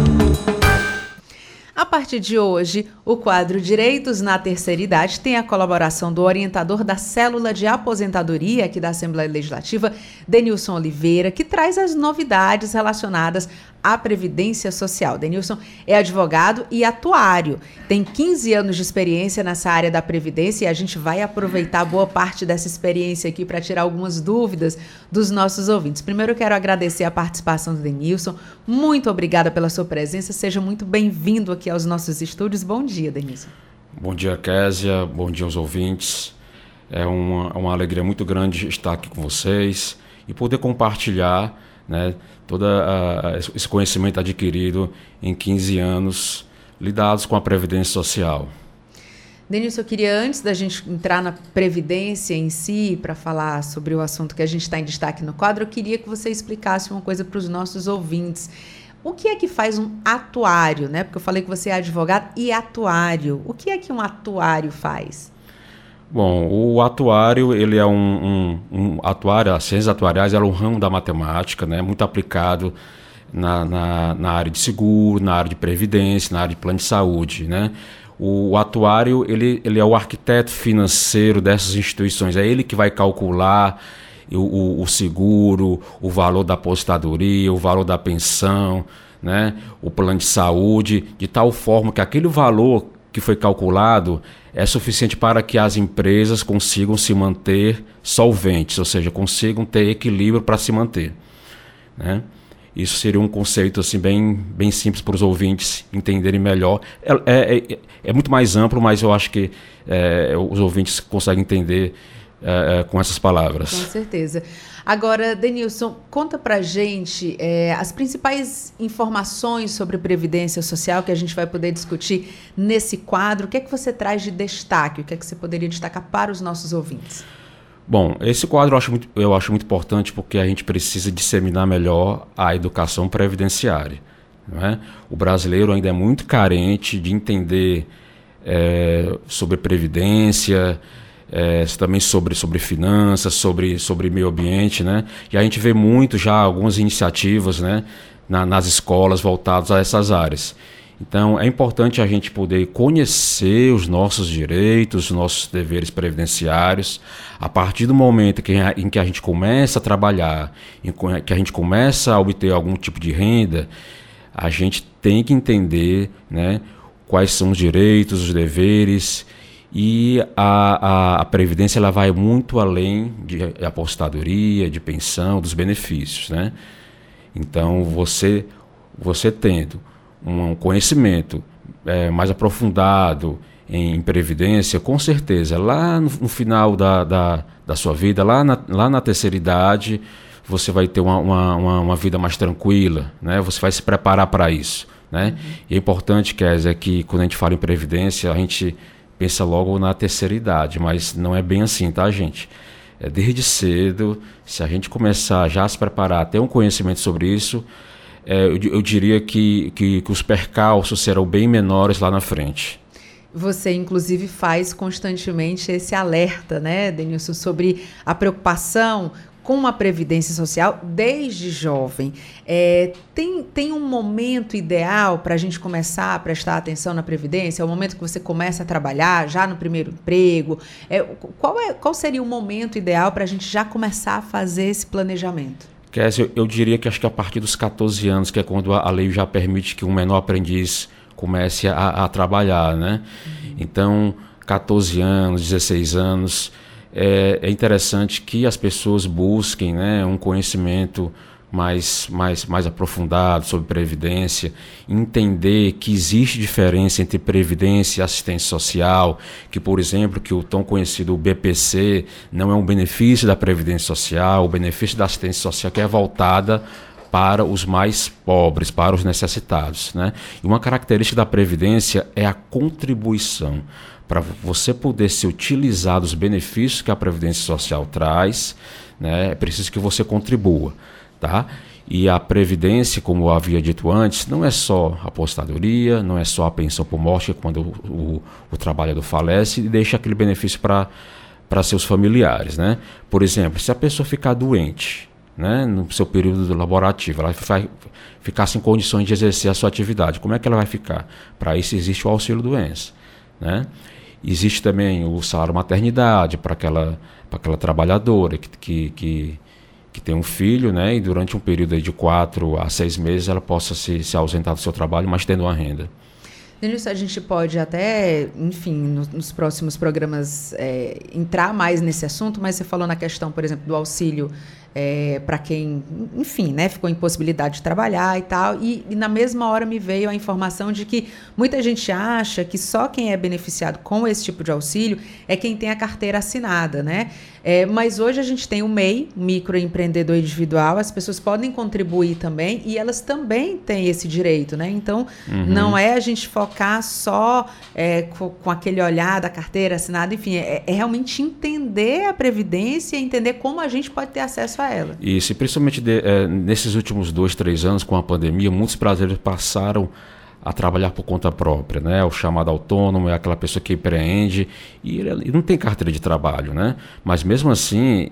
A partir de hoje, o quadro Direitos na Terceira Idade tem a colaboração do orientador da Célula de Aposentadoria aqui da Assembleia Legislativa, Denilson Oliveira, que traz as novidades relacionadas à Previdência Social. Denilson é advogado e atuário, tem 15 anos de experiência nessa área da Previdência e a gente vai aproveitar boa parte dessa experiência aqui para tirar algumas dúvidas dos nossos ouvintes. Primeiro eu quero agradecer a participação do Denilson, muito obrigada pela sua presença, seja muito bem-vindo aqui aos nossos estúdios. Bom dia, Denilson. Bom dia, Késia, bom dia aos ouvintes. É uma alegria muito grande estar aqui com vocês e poder compartilhar, né, todo esse conhecimento adquirido em 15 anos lidados com a Previdência Social. Denilson, eu queria, antes da gente entrar na Previdência em si, para falar sobre o assunto que a gente está em destaque no quadro, eu queria que você explicasse uma coisa para os nossos ouvintes. O que é que faz um atuário, né? Porque eu falei que você é advogado e atuário. O que é que um atuário faz? Bom, o atuário, ele é um atuário, as ciências atuariais, ela é um ramo da matemática, né? Muito aplicado na área de seguro, na área de previdência, na área de plano de saúde, né? O atuário, ele é o arquiteto financeiro dessas instituições, é ele que vai calcular o seguro, o valor da aposentadoria, o valor da pensão, né? O plano de saúde, de tal forma que aquele valor que foi calculado é suficiente para que as empresas consigam se manter solventes, ou seja, consigam ter equilíbrio para se manter, né? Isso seria um conceito assim, bem simples para os ouvintes entenderem melhor. É muito mais amplo, mas eu acho que os ouvintes conseguem entender com essas palavras. Com certeza. Agora, Denilson, conta pra gente as principais informações sobre Previdência Social que a gente vai poder discutir nesse quadro. O que é que você traz de destaque? O que é que você poderia destacar para os nossos ouvintes? Bom, esse quadro eu acho muito importante porque a gente precisa disseminar melhor a educação previdenciária, não é? O brasileiro ainda é muito carente de entender sobre previdência, também sobre finanças, sobre meio ambiente, né? E a gente vê muito já algumas iniciativas, né, nas escolas voltadas a essas áreas. Então é importante a gente poder conhecer os nossos direitos, os nossos deveres previdenciários. A partir do momento em que a gente começa a trabalhar, em que a gente começa a obter algum tipo de renda, a gente tem que entender, né, quais são os direitos, os deveres. E a Previdência ela vai muito além de aposentadoria, de pensão, dos benefícios, né? Então, você tendo um conhecimento mais aprofundado em Previdência, com certeza, lá no final da sua vida, lá na terceira idade, você vai ter uma vida mais tranquila, né? Você vai se preparar para isso, né? E é importante, Késia, que quando a gente fala em Previdência, a gente pensa logo na terceira idade, mas não é bem assim, tá, gente? Desde cedo, se a gente começar já a se preparar, ter um conhecimento sobre isso, eu diria que os percalços serão bem menores lá na frente. Você, inclusive, faz constantemente esse alerta, né, Denilson, sobre a preocupação com a Previdência Social desde jovem. Tem um momento ideal para a gente começar a prestar atenção na Previdência? É o momento que você começa a trabalhar, já no primeiro emprego? Qual seria o momento ideal para a gente já começar a fazer esse planejamento? Kézia, eu diria que acho que a partir dos 14 anos, que é quando a lei já permite que um menor aprendiz comece a trabalhar, né? Então, 14 anos, 16 anos... É interessante que as pessoas busquem, né, um conhecimento mais aprofundado sobre previdência, entender que existe diferença entre previdência e assistência social, que, por exemplo, que o tão conhecido BPC não é um benefício da previdência social, o benefício da assistência social que é voltada para os mais pobres, para os necessitados, né? E uma característica da previdência é a contribuição. Para você poder se utilizar dos benefícios que a Previdência Social traz, né, é preciso que você contribua, tá? E a Previdência, como eu havia dito antes, não é só a aposentadoria, não é só a pensão por morte, quando o trabalhador falece e deixa aquele benefício para seus familiares, né? Por exemplo, se a pessoa ficar doente, né, no seu período laborativo, ela vai ficar sem condições de exercer a sua atividade. Como é que ela vai ficar? Para isso existe o auxílio-doença, né? Existe também o salário maternidade para aquela trabalhadora que tem um filho, né, e durante um período aí de 4 a 6 meses ela possa se ausentar do seu trabalho, mas tendo uma renda. Denilson, a gente pode até, enfim, nos próximos programas entrar mais nesse assunto, mas você falou na questão, por exemplo, do auxílio para quem, enfim, né, ficou em possibilidade de trabalhar e tal, e na mesma hora me veio a informação de que muita gente acha que só quem é beneficiado com esse tipo de auxílio é quem tem a carteira assinada, né? Mas hoje a gente tem o MEI, microempreendedor individual, as pessoas podem contribuir também e elas também têm esse direito, né? Então, não é a gente focar só com aquele olhar da carteira assinada, enfim, é realmente entender a Previdência e entender como a gente pode ter acesso a ela. Isso, e principalmente nesses últimos 2, 3 anos com a pandemia, muitos brasileiros passaram a trabalhar por conta própria, né? O chamado autônomo é aquela pessoa que empreende e ele não tem carteira de trabalho, né? Mas mesmo assim,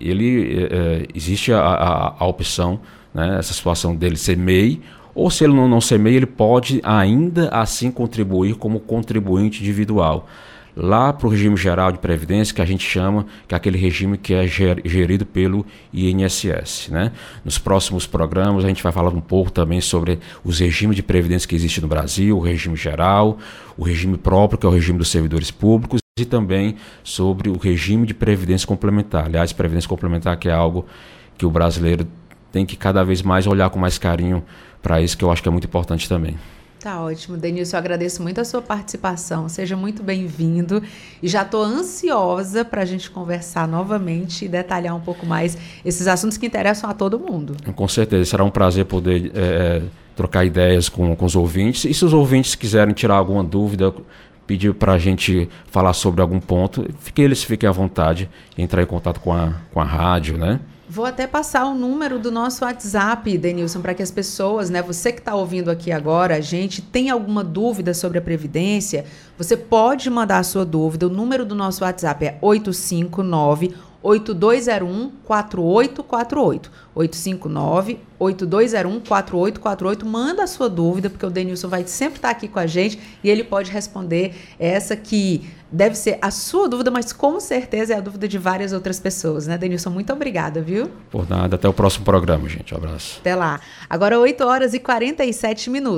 existe a opção, né? Essa situação dele ser MEI, ou se ele não ser MEI, ele pode ainda assim contribuir como contribuinte individual. Lá para o regime geral de previdência, que a gente chama, que é aquele regime que é gerido pelo INSS, né? Nos próximos programas a gente vai falar um pouco também sobre os regimes de previdência que existem no Brasil, o regime geral, o regime próprio, que é o regime dos servidores públicos, e também sobre o regime de previdência complementar. Aliás, previdência complementar que é algo que o brasileiro tem que cada vez mais olhar com mais carinho para isso, que eu acho que é muito importante também. Tá ótimo, Denilson, eu agradeço muito a sua participação, seja muito bem-vindo e já estou ansiosa para a gente conversar novamente e detalhar um pouco mais esses assuntos que interessam a todo mundo. Com certeza, será um prazer poder trocar ideias com os ouvintes, e se os ouvintes quiserem tirar alguma dúvida, pedir para a gente falar sobre algum ponto, eles fiquem à vontade em entrar em contato com a rádio, né? Vou até passar o número do nosso WhatsApp, Denilson, para que as pessoas, né, você que está ouvindo aqui agora, a gente tem alguma dúvida sobre a Previdência, você pode mandar a sua dúvida. O número do nosso WhatsApp é 859-8201-4848. 859-8201-4848. Manda a sua dúvida, porque o Denilson vai sempre estar aqui com a gente e ele pode responder essa que deve ser a sua dúvida, mas com certeza é a dúvida de várias outras pessoas, né, Denilson? Muito obrigada, viu? Por nada, até o próximo programa, gente. Um abraço. Até lá. Agora 8h47.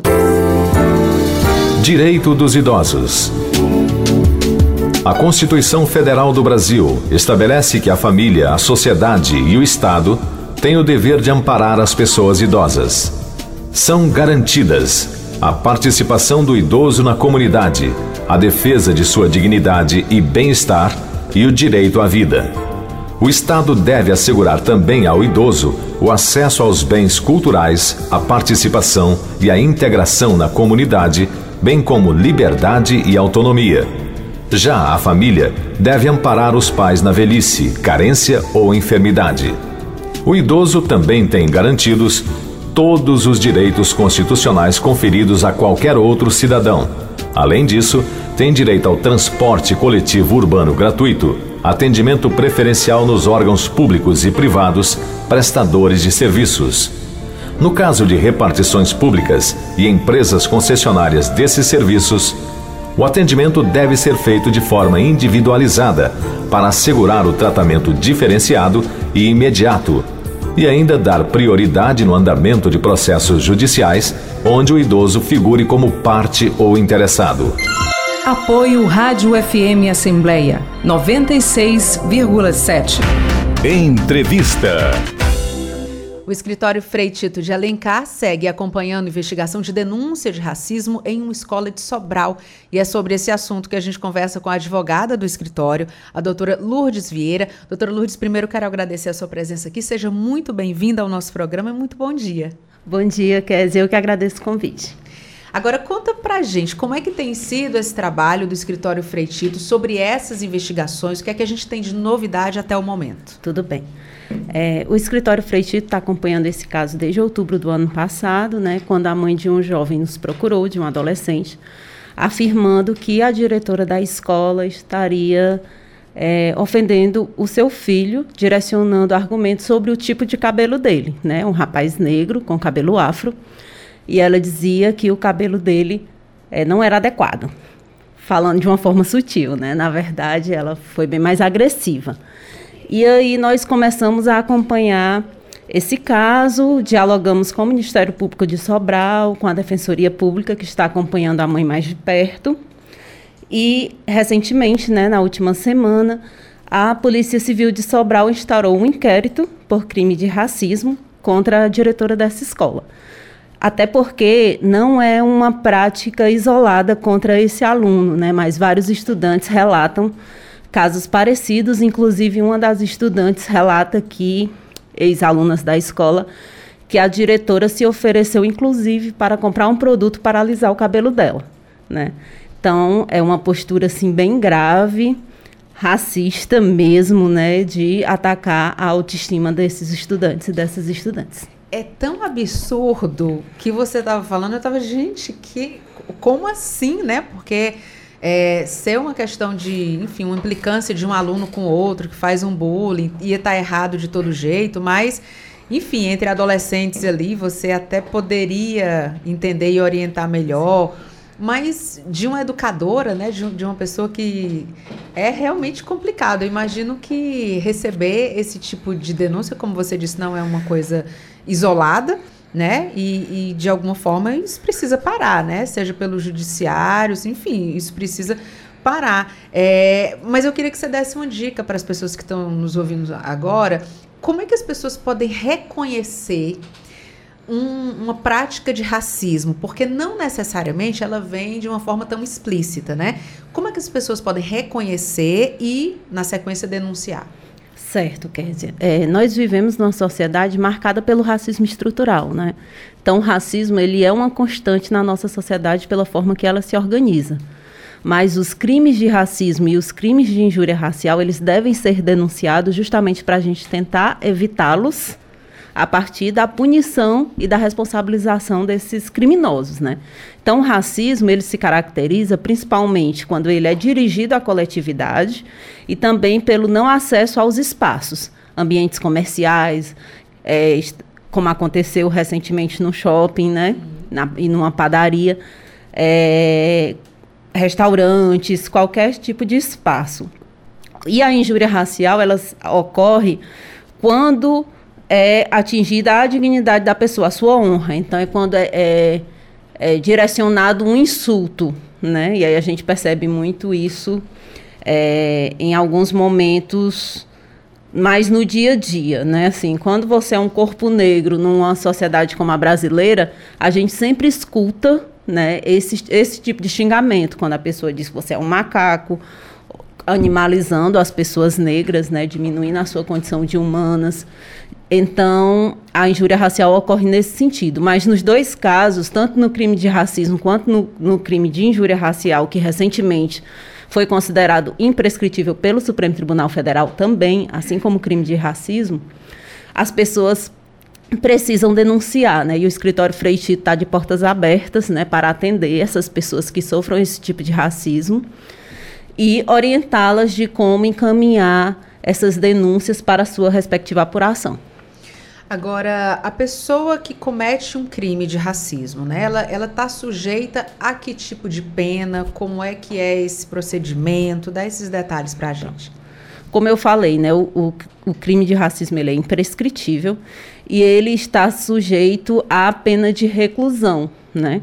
Direito dos idosos. A Constituição Federal do Brasil estabelece que a família, a sociedade e o Estado têm o dever de amparar as pessoas idosas. São garantidas a participação do idoso na comunidade, a defesa de sua dignidade e bem-estar e o direito à vida. O Estado deve assegurar também ao idoso o acesso aos bens culturais, a participação e a integração na comunidade, bem como liberdade e autonomia. Já a família deve amparar os pais na velhice, carência ou enfermidade. O idoso também tem garantidos todos os direitos constitucionais conferidos a qualquer outro cidadão. Além disso, têm direito ao transporte coletivo urbano gratuito, atendimento preferencial nos órgãos públicos e privados prestadores de serviços. No caso de repartições públicas e empresas concessionárias desses serviços, o atendimento deve ser feito de forma individualizada para assegurar o tratamento diferenciado e imediato e ainda dar prioridade no andamento de processos judiciais onde o idoso figure como parte ou interessado. Apoio Rádio FM Assembleia 96,7. Entrevista. O escritório Frei Tito de Alencar segue acompanhando investigação de denúncia de racismo em uma escola de Sobral. E é sobre esse assunto que a gente conversa com a advogada do escritório, a doutora Lourdes Vieira. Doutora Lourdes, primeiro quero agradecer a sua presença aqui. Seja muito bem-vinda ao nosso programa e muito bom dia. Bom dia, Kézia. Eu que agradeço o convite. Agora, conta pra gente como é que tem sido esse trabalho do escritório Frei Tito sobre essas investigações, o que é que a gente tem de novidade até o momento? Tudo bem. O escritório Frei Tito está acompanhando esse caso desde outubro do ano passado, né, quando a mãe de um jovem nos procurou, de um adolescente, afirmando que a diretora da escola estaria ofendendo o seu filho, direcionando argumentos sobre o tipo de cabelo dele, né, um rapaz negro com cabelo afro, e ela dizia que o cabelo dele não era adequado, falando de uma forma sutil, né, na verdade ela foi bem mais agressiva. E aí nós começamos a acompanhar esse caso, dialogamos com o Ministério Público de Sobral, com a Defensoria Pública, que está acompanhando a mãe mais de perto. E, recentemente, né, na última semana, a Polícia Civil de Sobral instaurou um inquérito por crime de racismo contra a diretora dessa escola. Até porque não é uma prática isolada contra esse aluno, né, mas vários estudantes relatam casos parecidos, inclusive uma das estudantes relata que, ex-alunas da escola, que a diretora se ofereceu, inclusive, para comprar um produto para alisar o cabelo dela, né? Então, é uma postura, assim, bem grave, racista mesmo, né, de atacar a autoestima desses estudantes e dessas estudantes. É tão absurdo que você estava falando, eu estava, gente, como assim, né? Porque ser uma questão de, enfim, uma implicância de um aluno com outro, que faz um bullying, ia estar errado de todo jeito, mas, enfim, entre adolescentes ali, você até poderia entender e orientar melhor, mas de uma educadora, né, de uma pessoa que é realmente complicado. Eu imagino que receber esse tipo de denúncia, como você disse, não é uma coisa isolada, né? E de alguma forma isso precisa parar, né? Seja pelo judiciário, enfim, isso precisa parar. Mas eu queria que você desse uma dica para as pessoas que estão nos ouvindo agora. Como é que as pessoas podem reconhecer uma prática de racismo? Porque não necessariamente ela vem de uma forma tão explícita, né? Como é que as pessoas podem reconhecer e, na sequência, denunciar? Certo, Kézia. Nós vivemos numa sociedade marcada pelo racismo estrutural, né? Então, o racismo ele é uma constante na nossa sociedade pela forma que ela se organiza. Mas os crimes de racismo e os crimes de injúria racial, eles devem ser denunciados justamente para a gente tentar evitá-los a partir da punição e da responsabilização desses criminosos, né? Então, o racismo, ele se caracteriza principalmente quando ele é dirigido à coletividade e também pelo não acesso aos espaços, ambientes comerciais, como aconteceu recentemente no shopping, né? E numa padaria, restaurantes, qualquer tipo de espaço. E a injúria racial, ela ocorre quando é atingida a dignidade da pessoa, a sua honra. Então, é quando é direcionado um insulto, né? E aí a gente percebe muito isso em alguns momentos, mas no dia a dia, né? Assim, quando você é um corpo negro numa sociedade como a brasileira, a gente sempre escuta, né, esse tipo de xingamento, quando a pessoa diz que você é um macaco, animalizando as pessoas negras, né, diminuindo a sua condição de humanas. Então, a injúria racial ocorre nesse sentido. Mas nos dois casos, tanto no crime de racismo quanto no crime de injúria racial, que recentemente foi considerado imprescritível pelo Supremo Tribunal Federal também, assim como o crime de racismo, as pessoas precisam denunciar, né? E o escritório Frei Tito está de portas abertas, né, para atender essas pessoas que sofram esse tipo de racismo e orientá-las de como encaminhar essas denúncias para a sua respectiva apuração. Agora, a pessoa que comete um crime de racismo, né, ela está sujeita a que tipo de pena? Como é que é esse procedimento? Dá esses detalhes para a gente. Como eu falei, né, o crime de racismo ele é imprescritível e ele está sujeito à pena de reclusão, né?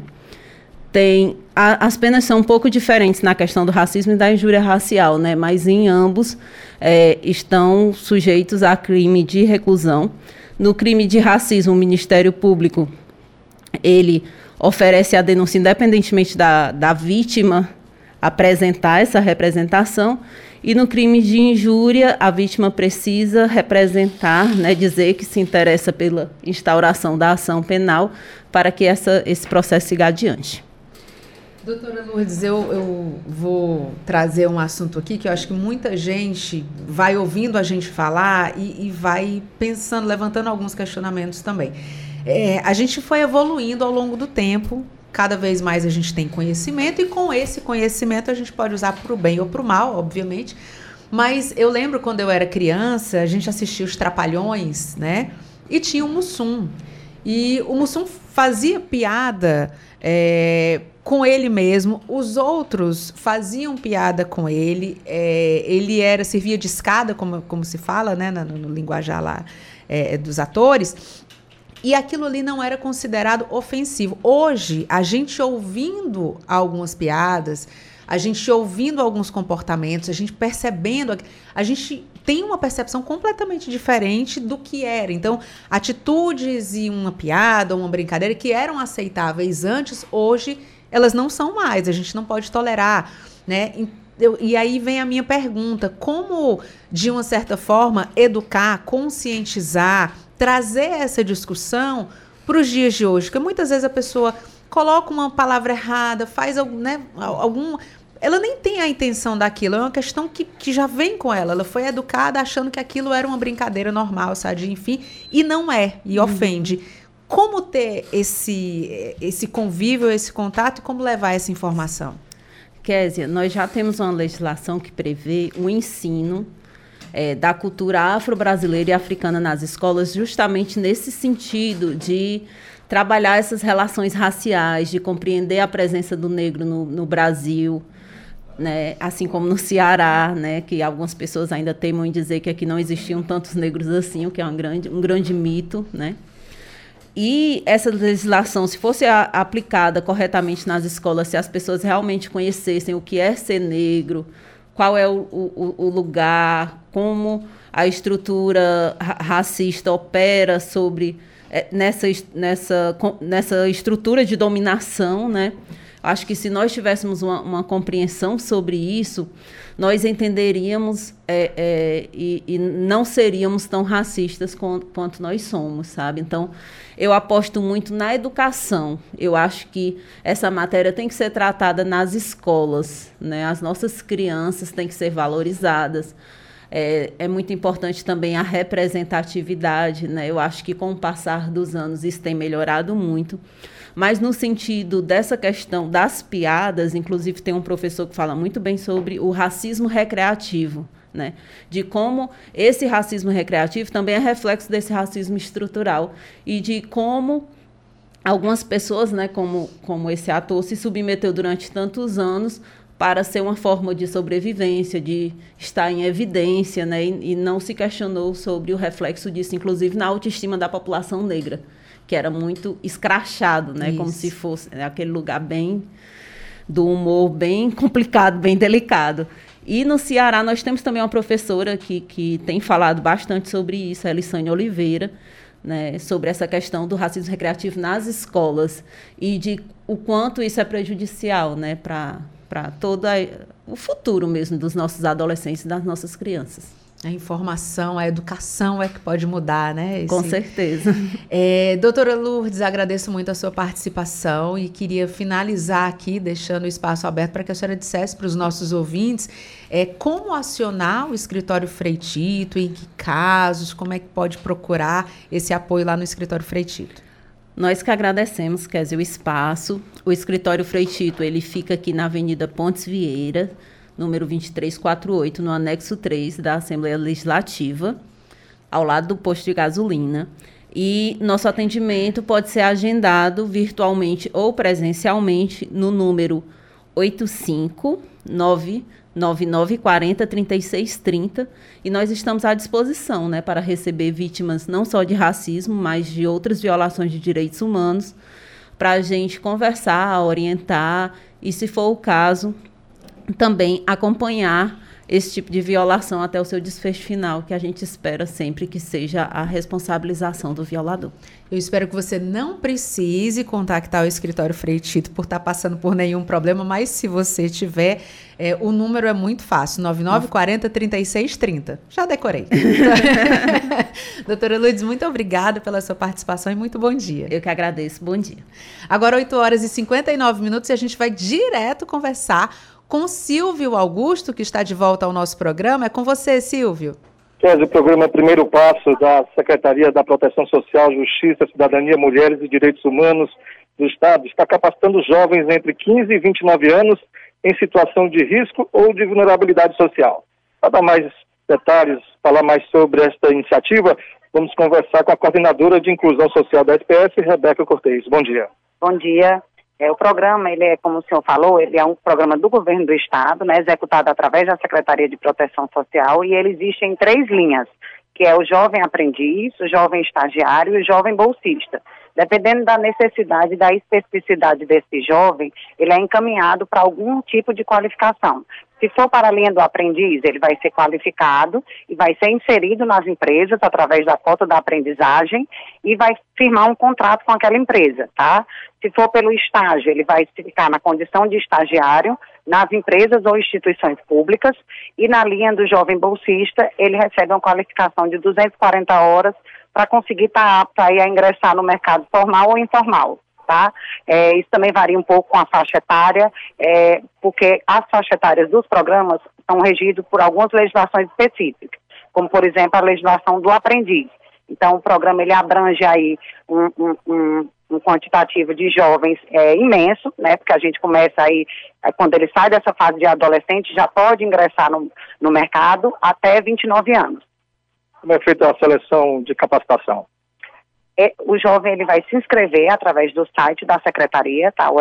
As penas são um pouco diferentes na questão do racismo e da injúria racial, né? Mas em ambos estão sujeitos a crime de reclusão. No crime de racismo, o Ministério Público ele oferece a denúncia independentemente da vítima apresentar essa representação. E no crime de injúria, a vítima precisa representar, né, dizer que se interessa pela instauração da ação penal para que esse processo siga adiante. Doutora Lourdes, eu vou trazer um assunto aqui que eu acho que muita gente vai ouvindo a gente falar e vai pensando, levantando alguns questionamentos também. A gente foi evoluindo ao longo do tempo. Cada vez mais a gente tem conhecimento e com esse conhecimento a gente pode usar para o bem ou para o mal, obviamente. Mas eu lembro quando eu era criança, a gente assistia os Trapalhões, né? E tinha o Mussum. E o Mussum fazia piada com ele mesmo. Os outros faziam piada com ele. Ele servia de escada, como se fala, né? No linguajar lá dos atores. E aquilo ali não era considerado ofensivo. Hoje, a gente ouvindo algumas piadas, a gente ouvindo alguns comportamentos, a gente percebendo, a gente tem uma percepção completamente diferente do que era. Então, atitudes e uma piada, uma brincadeira que eram aceitáveis antes, hoje elas não são mais. A gente não pode tolerar, né? E aí vem a minha pergunta: como, de uma certa forma, educar, conscientizar, trazer essa discussão para os dias de hoje? Porque muitas vezes a pessoa coloca uma palavra errada, faz algum... Ela nem tem a intenção daquilo, é uma questão que já vem com ela. Ela foi educada achando que aquilo era uma brincadeira normal, sabe? Enfim, e não é, e ofende. Como ter esse convívio, esse contato e como levar essa informação? Kézia, nós já temos uma legislação que prevê o ensino da cultura afro-brasileira e africana nas escolas, justamente nesse sentido de trabalhar essas relações raciais, de compreender a presença do negro no Brasil, né? Assim como no Ceará, né? Que algumas pessoas ainda teimam em dizer que aqui não existiam tantos negros assim, o que é um grande mito, né? E essa legislação, se fosse aplicada corretamente nas escolas, se as pessoas realmente conhecessem o que é ser negro, qual é o lugar, como a estrutura racista opera sobre nessa estrutura de dominação, né? Acho que se nós tivéssemos uma compreensão sobre isso, nós entenderíamos e não seríamos tão racistas quanto nós somos, sabe? Então, eu aposto muito na educação. Eu acho que essa matéria tem que ser tratada nas escolas, né? As nossas crianças têm que ser valorizadas. É muito importante também a representatividade, né? Eu acho que com o passar dos anos isso tem melhorado muito. Mas no sentido dessa questão das piadas, inclusive tem um professor que fala muito bem sobre o racismo recreativo, né? De como esse racismo recreativo também é reflexo desse racismo estrutural e de como algumas pessoas, né, como esse ator, se submeteu durante tantos anos para ser uma forma de sobrevivência, de estar em evidência, né, e não se questionou sobre o reflexo disso, inclusive na autoestima da população negra, que era muito escrachado, né? Isso. Como se fosse aquele lugar bem do humor bem complicado, bem delicado. E no Ceará nós temos também uma professora que tem falado bastante sobre isso, a Elissane Oliveira, né, sobre essa questão do racismo recreativo nas escolas e de o quanto isso é prejudicial, né, para todo o futuro mesmo dos nossos adolescentes e das nossas crianças. A informação, a educação é que pode mudar, né? Com certeza. Doutora Lourdes, agradeço muito a sua participação e queria finalizar aqui, deixando o espaço aberto para que a senhora dissesse para os nossos ouvintes como acionar o escritório Frei Tito, em que casos, como é que pode procurar esse apoio lá no escritório Frei Tito. Nós que agradecemos, Kézia, o espaço. O escritório Frei Tito, ele fica aqui na Avenida Pontes Vieira, número 2348, no anexo 3 da Assembleia Legislativa, ao lado do posto de gasolina. E nosso atendimento pode ser agendado virtualmente ou presencialmente no número 859-9940-3630. E nós estamos à disposição, né, para receber vítimas não só de racismo, mas de outras violações de direitos humanos, para a gente conversar, orientar e, se for o caso, também acompanhar esse tipo de violação até o seu desfecho final, que a gente espera sempre que seja a responsabilização do violador. Eu espero que você não precise contactar o escritório Frei Tito por estar passando por nenhum problema, mas se você tiver, o número é muito fácil, 9940-3630. Já decorei. Doutora Lourdes, muito obrigada pela sua participação e muito bom dia. Eu que agradeço, bom dia. Agora 8h59 e a gente vai direto conversar com Silvio Augusto, que está de volta ao nosso programa. É com você, Silvio. O programa Primeiro Passo da Secretaria da Proteção Social, Justiça, Cidadania, Mulheres e Direitos Humanos do Estado está capacitando jovens entre 15 e 29 anos em situação de risco ou de vulnerabilidade social. Para dar mais detalhes, falar mais sobre esta iniciativa, vamos conversar com a coordenadora de Inclusão Social da SPS, Rebeca Cortez. Bom dia. Bom dia. O programa, ele é, como o senhor falou, ele é um programa do governo do Estado, né, executado através da Secretaria de Proteção Social, e ele existe em 3 linhas, que é o jovem aprendiz, o jovem estagiário e o jovem bolsista. Dependendo da necessidade, da especificidade desse jovem, ele é encaminhado para algum tipo de qualificação. Se for para a linha do aprendiz, ele vai ser qualificado e vai ser inserido nas empresas através da cota da aprendizagem e vai firmar um contrato com aquela empresa, tá? Se for pelo estágio, ele vai ficar na condição de estagiário nas empresas ou instituições públicas, e na linha do jovem bolsista, ele recebe uma qualificação de 240 horas para conseguir estar apto aí a ingressar no mercado formal ou informal. Tá? Isso também varia um pouco com a faixa etária, porque as faixas etárias dos programas são regidas por algumas legislações específicas, como, por exemplo, a legislação do aprendiz. Então, o programa ele abrange aí um quantitativo de jovens imenso, né? Porque a gente começa aí, quando ele sai dessa fase de adolescente, já pode ingressar no mercado até 29 anos. Como é feita a seleção de capacitação? O jovem ele vai se inscrever através do site da secretaria, tá? O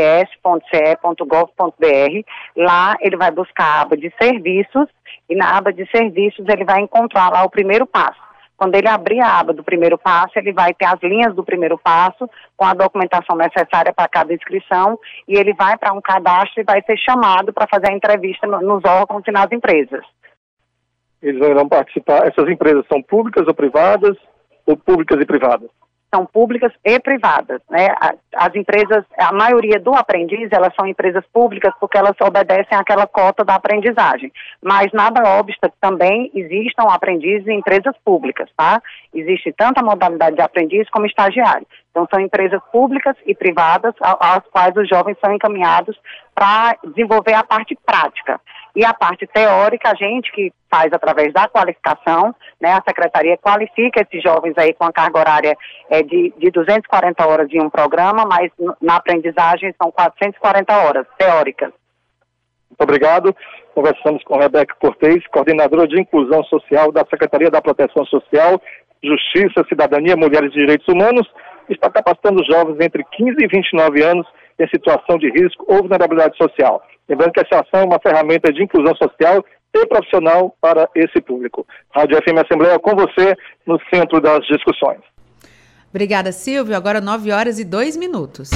sps.ce.gov.br. Lá ele vai buscar a aba de serviços e na aba de serviços ele vai encontrar lá o primeiro passo. Quando ele abrir a aba do primeiro passo, ele vai ter as linhas do primeiro passo com a documentação necessária para cada inscrição e ele vai para um cadastro e vai ser chamado para fazer a entrevista nos órgãos e nas empresas. Eles irão participar, essas empresas são públicas ou privadas? Ou públicas e privadas? São públicas e privadas, né? As empresas, a maioria do aprendiz, elas são empresas públicas porque elas obedecem àquela cota da aprendizagem. Mas nada obsta que também existam aprendizes em empresas públicas, tá? Existe tanto a modalidade de aprendiz como estagiário. Então são empresas públicas e privadas às quais os jovens são encaminhados para desenvolver a parte prática. E a parte teórica, a gente que faz através da qualificação, né, a secretaria qualifica esses jovens aí com a carga horária de 240 horas em um programa, mas na aprendizagem são 440 horas teóricas. Muito obrigado. Conversamos com Rebeca Cortez, coordenadora de Inclusão Social da Secretaria da Proteção Social, Justiça, Cidadania, Mulheres e Direitos Humanos, está capacitando jovens entre 15 e 29 anos em situação de risco ou vulnerabilidade social. Lembrando que essa ação é uma ferramenta de inclusão social e profissional para esse público. Rádio FM Assembleia com você no centro das discussões. Obrigada, Silvio. Agora 9h02.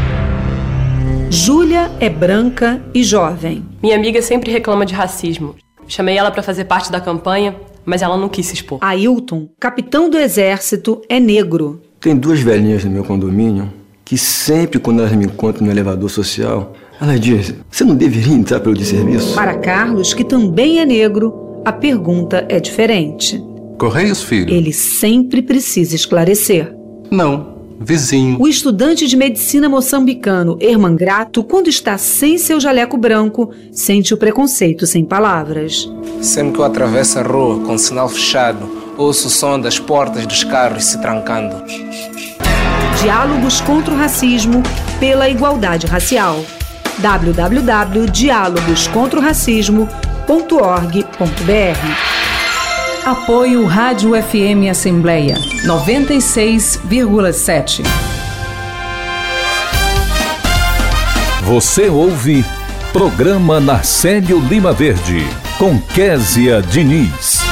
Júlia é branca e jovem. Minha amiga sempre reclama de racismo. Chamei ela para fazer parte da campanha, mas ela não quis se expor. Ailton, capitão do exército, é negro. Tem 2 velhinhas no meu condomínio que sempre quando elas me encontram no elevador social, elas dizem, você não deveria entrar pelo de serviço? Para Carlos, que também é negro, a pergunta é diferente. Correios, filho? Ele sempre precisa esclarecer. Não, vizinho. O estudante de medicina moçambicano Herman Grato, quando está sem seu jaleco branco, sente o preconceito sem palavras. Sempre que eu atravesso a rua com o sinal fechado, ouço o som das portas dos carros se trancando. Diálogos contra o racismo pela igualdade racial. www.dialogoscontraoracismo.org.br. Apoio Rádio FM Assembleia 96,7. Você ouve Programa Narcélio Lima Verde, com Késia Diniz.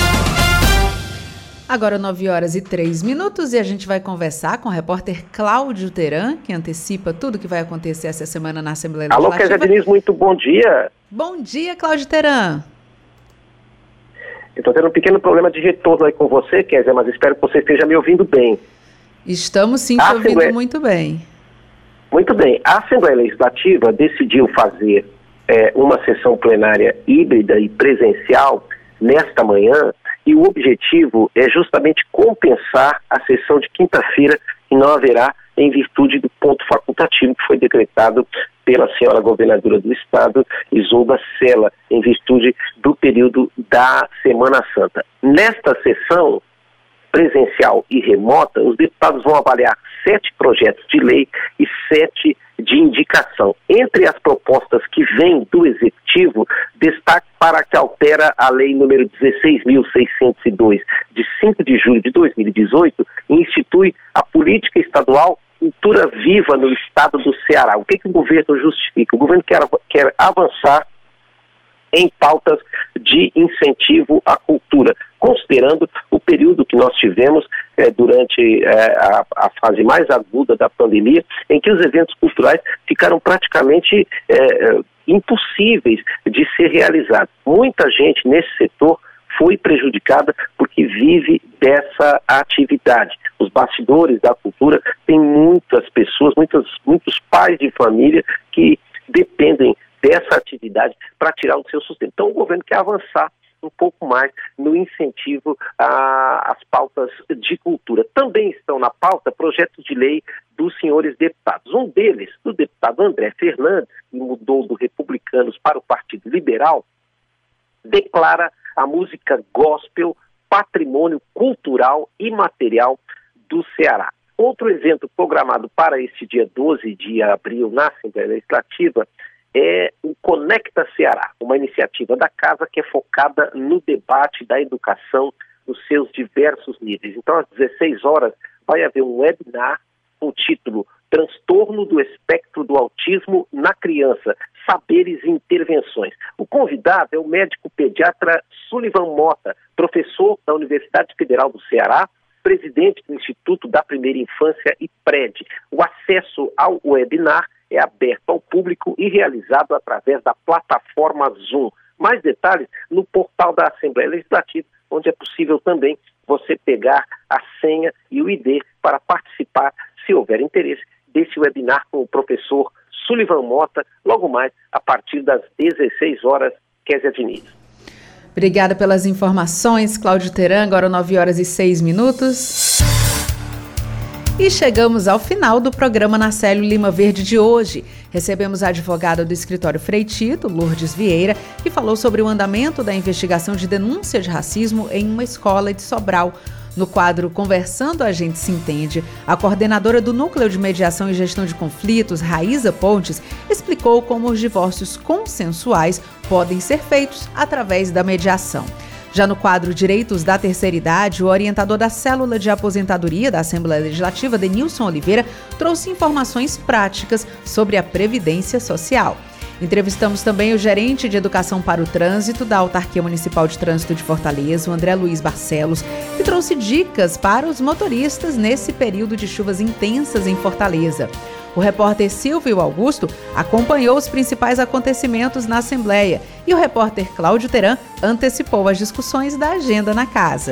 Agora 9h03 e a gente vai conversar com o repórter Cláudio Teran, que antecipa tudo que vai acontecer essa semana na Assembleia Legislativa. Alô, Késia Diniz, muito bom dia. Bom dia, Cláudio Teran. Eu estou tendo um pequeno problema de retorno aí com você, Késia, mas espero que você esteja me ouvindo bem. Estamos sim te ouvindo muito bem. Muito bem. A Assembleia Legislativa decidiu fazer uma sessão plenária híbrida e presencial nesta manhã, e o objetivo é justamente compensar a sessão de quinta-feira, que não haverá em virtude do ponto facultativo que foi decretado pela senhora governadora do estado, Isolda Sela, em virtude do período da Semana Santa. Nesta sessão presencial e remota, os deputados vão avaliar 7 projetos de lei e 7 de indicação. Entre as propostas que vêm do Executivo, destaque para a que altera a lei número 16.602, de 5 de julho de 2018, e institui a política estadual Cultura Viva no estado do Ceará. O que o governo justifica? O governo quer avançar em pautas de incentivo à cultura, considerando o período que nós tivemos durante a fase mais aguda da pandemia, em que os eventos culturais ficaram praticamente impossíveis de ser realizados. Muita gente nesse setor foi prejudicada porque vive dessa atividade. Os bastidores da cultura têm muitas pessoas, muitos pais de família que dependem dessa atividade para tirar o seu sustento. Então o governo quer avançar um pouco mais no incentivo às pautas de cultura. Também estão na pauta projetos de lei dos senhores deputados. Um deles, o deputado André Fernandes, que mudou do Republicanos para o Partido Liberal, declara a música gospel patrimônio cultural e material do Ceará. Outro evento programado para este dia 12 de abril na Assembleia Legislativa é o Conecta Ceará, uma iniciativa da Casa que é focada no debate da educação nos seus diversos níveis. Então, às 16 horas, vai haver um webinar com o título Transtorno do Espectro do Autismo na Criança, Saberes e Intervenções. O convidado é o médico pediatra Sullivan Mota, professor da Universidade Federal do Ceará, presidente do Instituto da Primeira Infância e PRED. O acesso ao webinar é aberto ao público e realizado através da plataforma Zoom. Mais detalhes no portal da Assembleia Legislativa, onde é possível também você pegar a senha e o ID para participar, se houver interesse, desse webinar com o professor Sullivan Mota, logo mais a partir das 16 horas, Késia Diniz. Obrigada pelas informações, Cláudio Teran. Agora 9h06. E chegamos ao final do programa Narcélio Lima Verde de hoje. Recebemos a advogada do escritório Freitito, Lourdes Vieira, que falou sobre o andamento da investigação de denúncia de racismo em uma escola de Sobral. No quadro Conversando a Gente Se Entende, a coordenadora do Núcleo de Mediação e Gestão de Conflitos, Raíza Pontes, explicou como os divórcios consensuais podem ser feitos através da mediação. Já no quadro Direitos da Terceira Idade, o orientador da Célula de Aposentadoria da Assembleia Legislativa, Denilson Oliveira, trouxe informações práticas sobre a Previdência Social. Entrevistamos também o gerente de Educação para o Trânsito da Autarquia Municipal de Trânsito de Fortaleza, o André Luiz Barcelos, que trouxe dicas para os motoristas nesse período de chuvas intensas em Fortaleza. O repórter Silvio Augusto acompanhou os principais acontecimentos na Assembleia e o repórter Cláudio Teran antecipou as discussões da agenda na casa.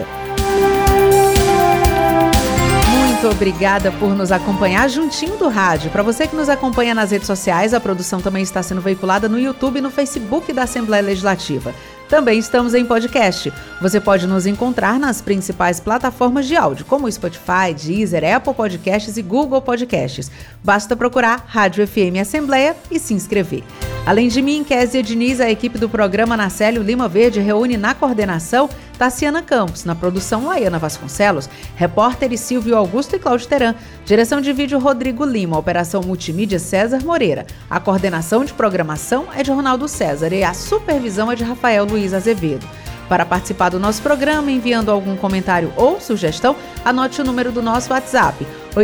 Muito obrigada por nos acompanhar juntinho do rádio. Para você que nos acompanha nas redes sociais, a produção também está sendo veiculada no YouTube e no Facebook da Assembleia Legislativa. Também estamos em podcast. Você pode nos encontrar nas principais plataformas de áudio, como Spotify, Deezer, Apple Podcasts e Google Podcasts. Basta procurar Rádio FM Assembleia e se inscrever. Além de mim, Kézia Diniz, a equipe do programa Narcélio Lima Verde reúne na coordenação Tassiana Campos, na produção Laiana Vasconcelos, repórteres Silvio Augusto e Cláudio Teran, direção de vídeo Rodrigo Lima, operação multimídia César Moreira, a coordenação de programação é de Ronaldo César e a supervisão é de Rafael Luiz Azevedo. Para participar do nosso programa, enviando algum comentário ou sugestão, anote o número do nosso WhatsApp,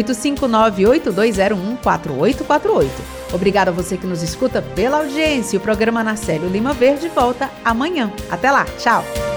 859-8201-4848. Obrigada a você que nos escuta pela audiência. O programa Narcélio Lima Verde volta amanhã. Até lá, tchau!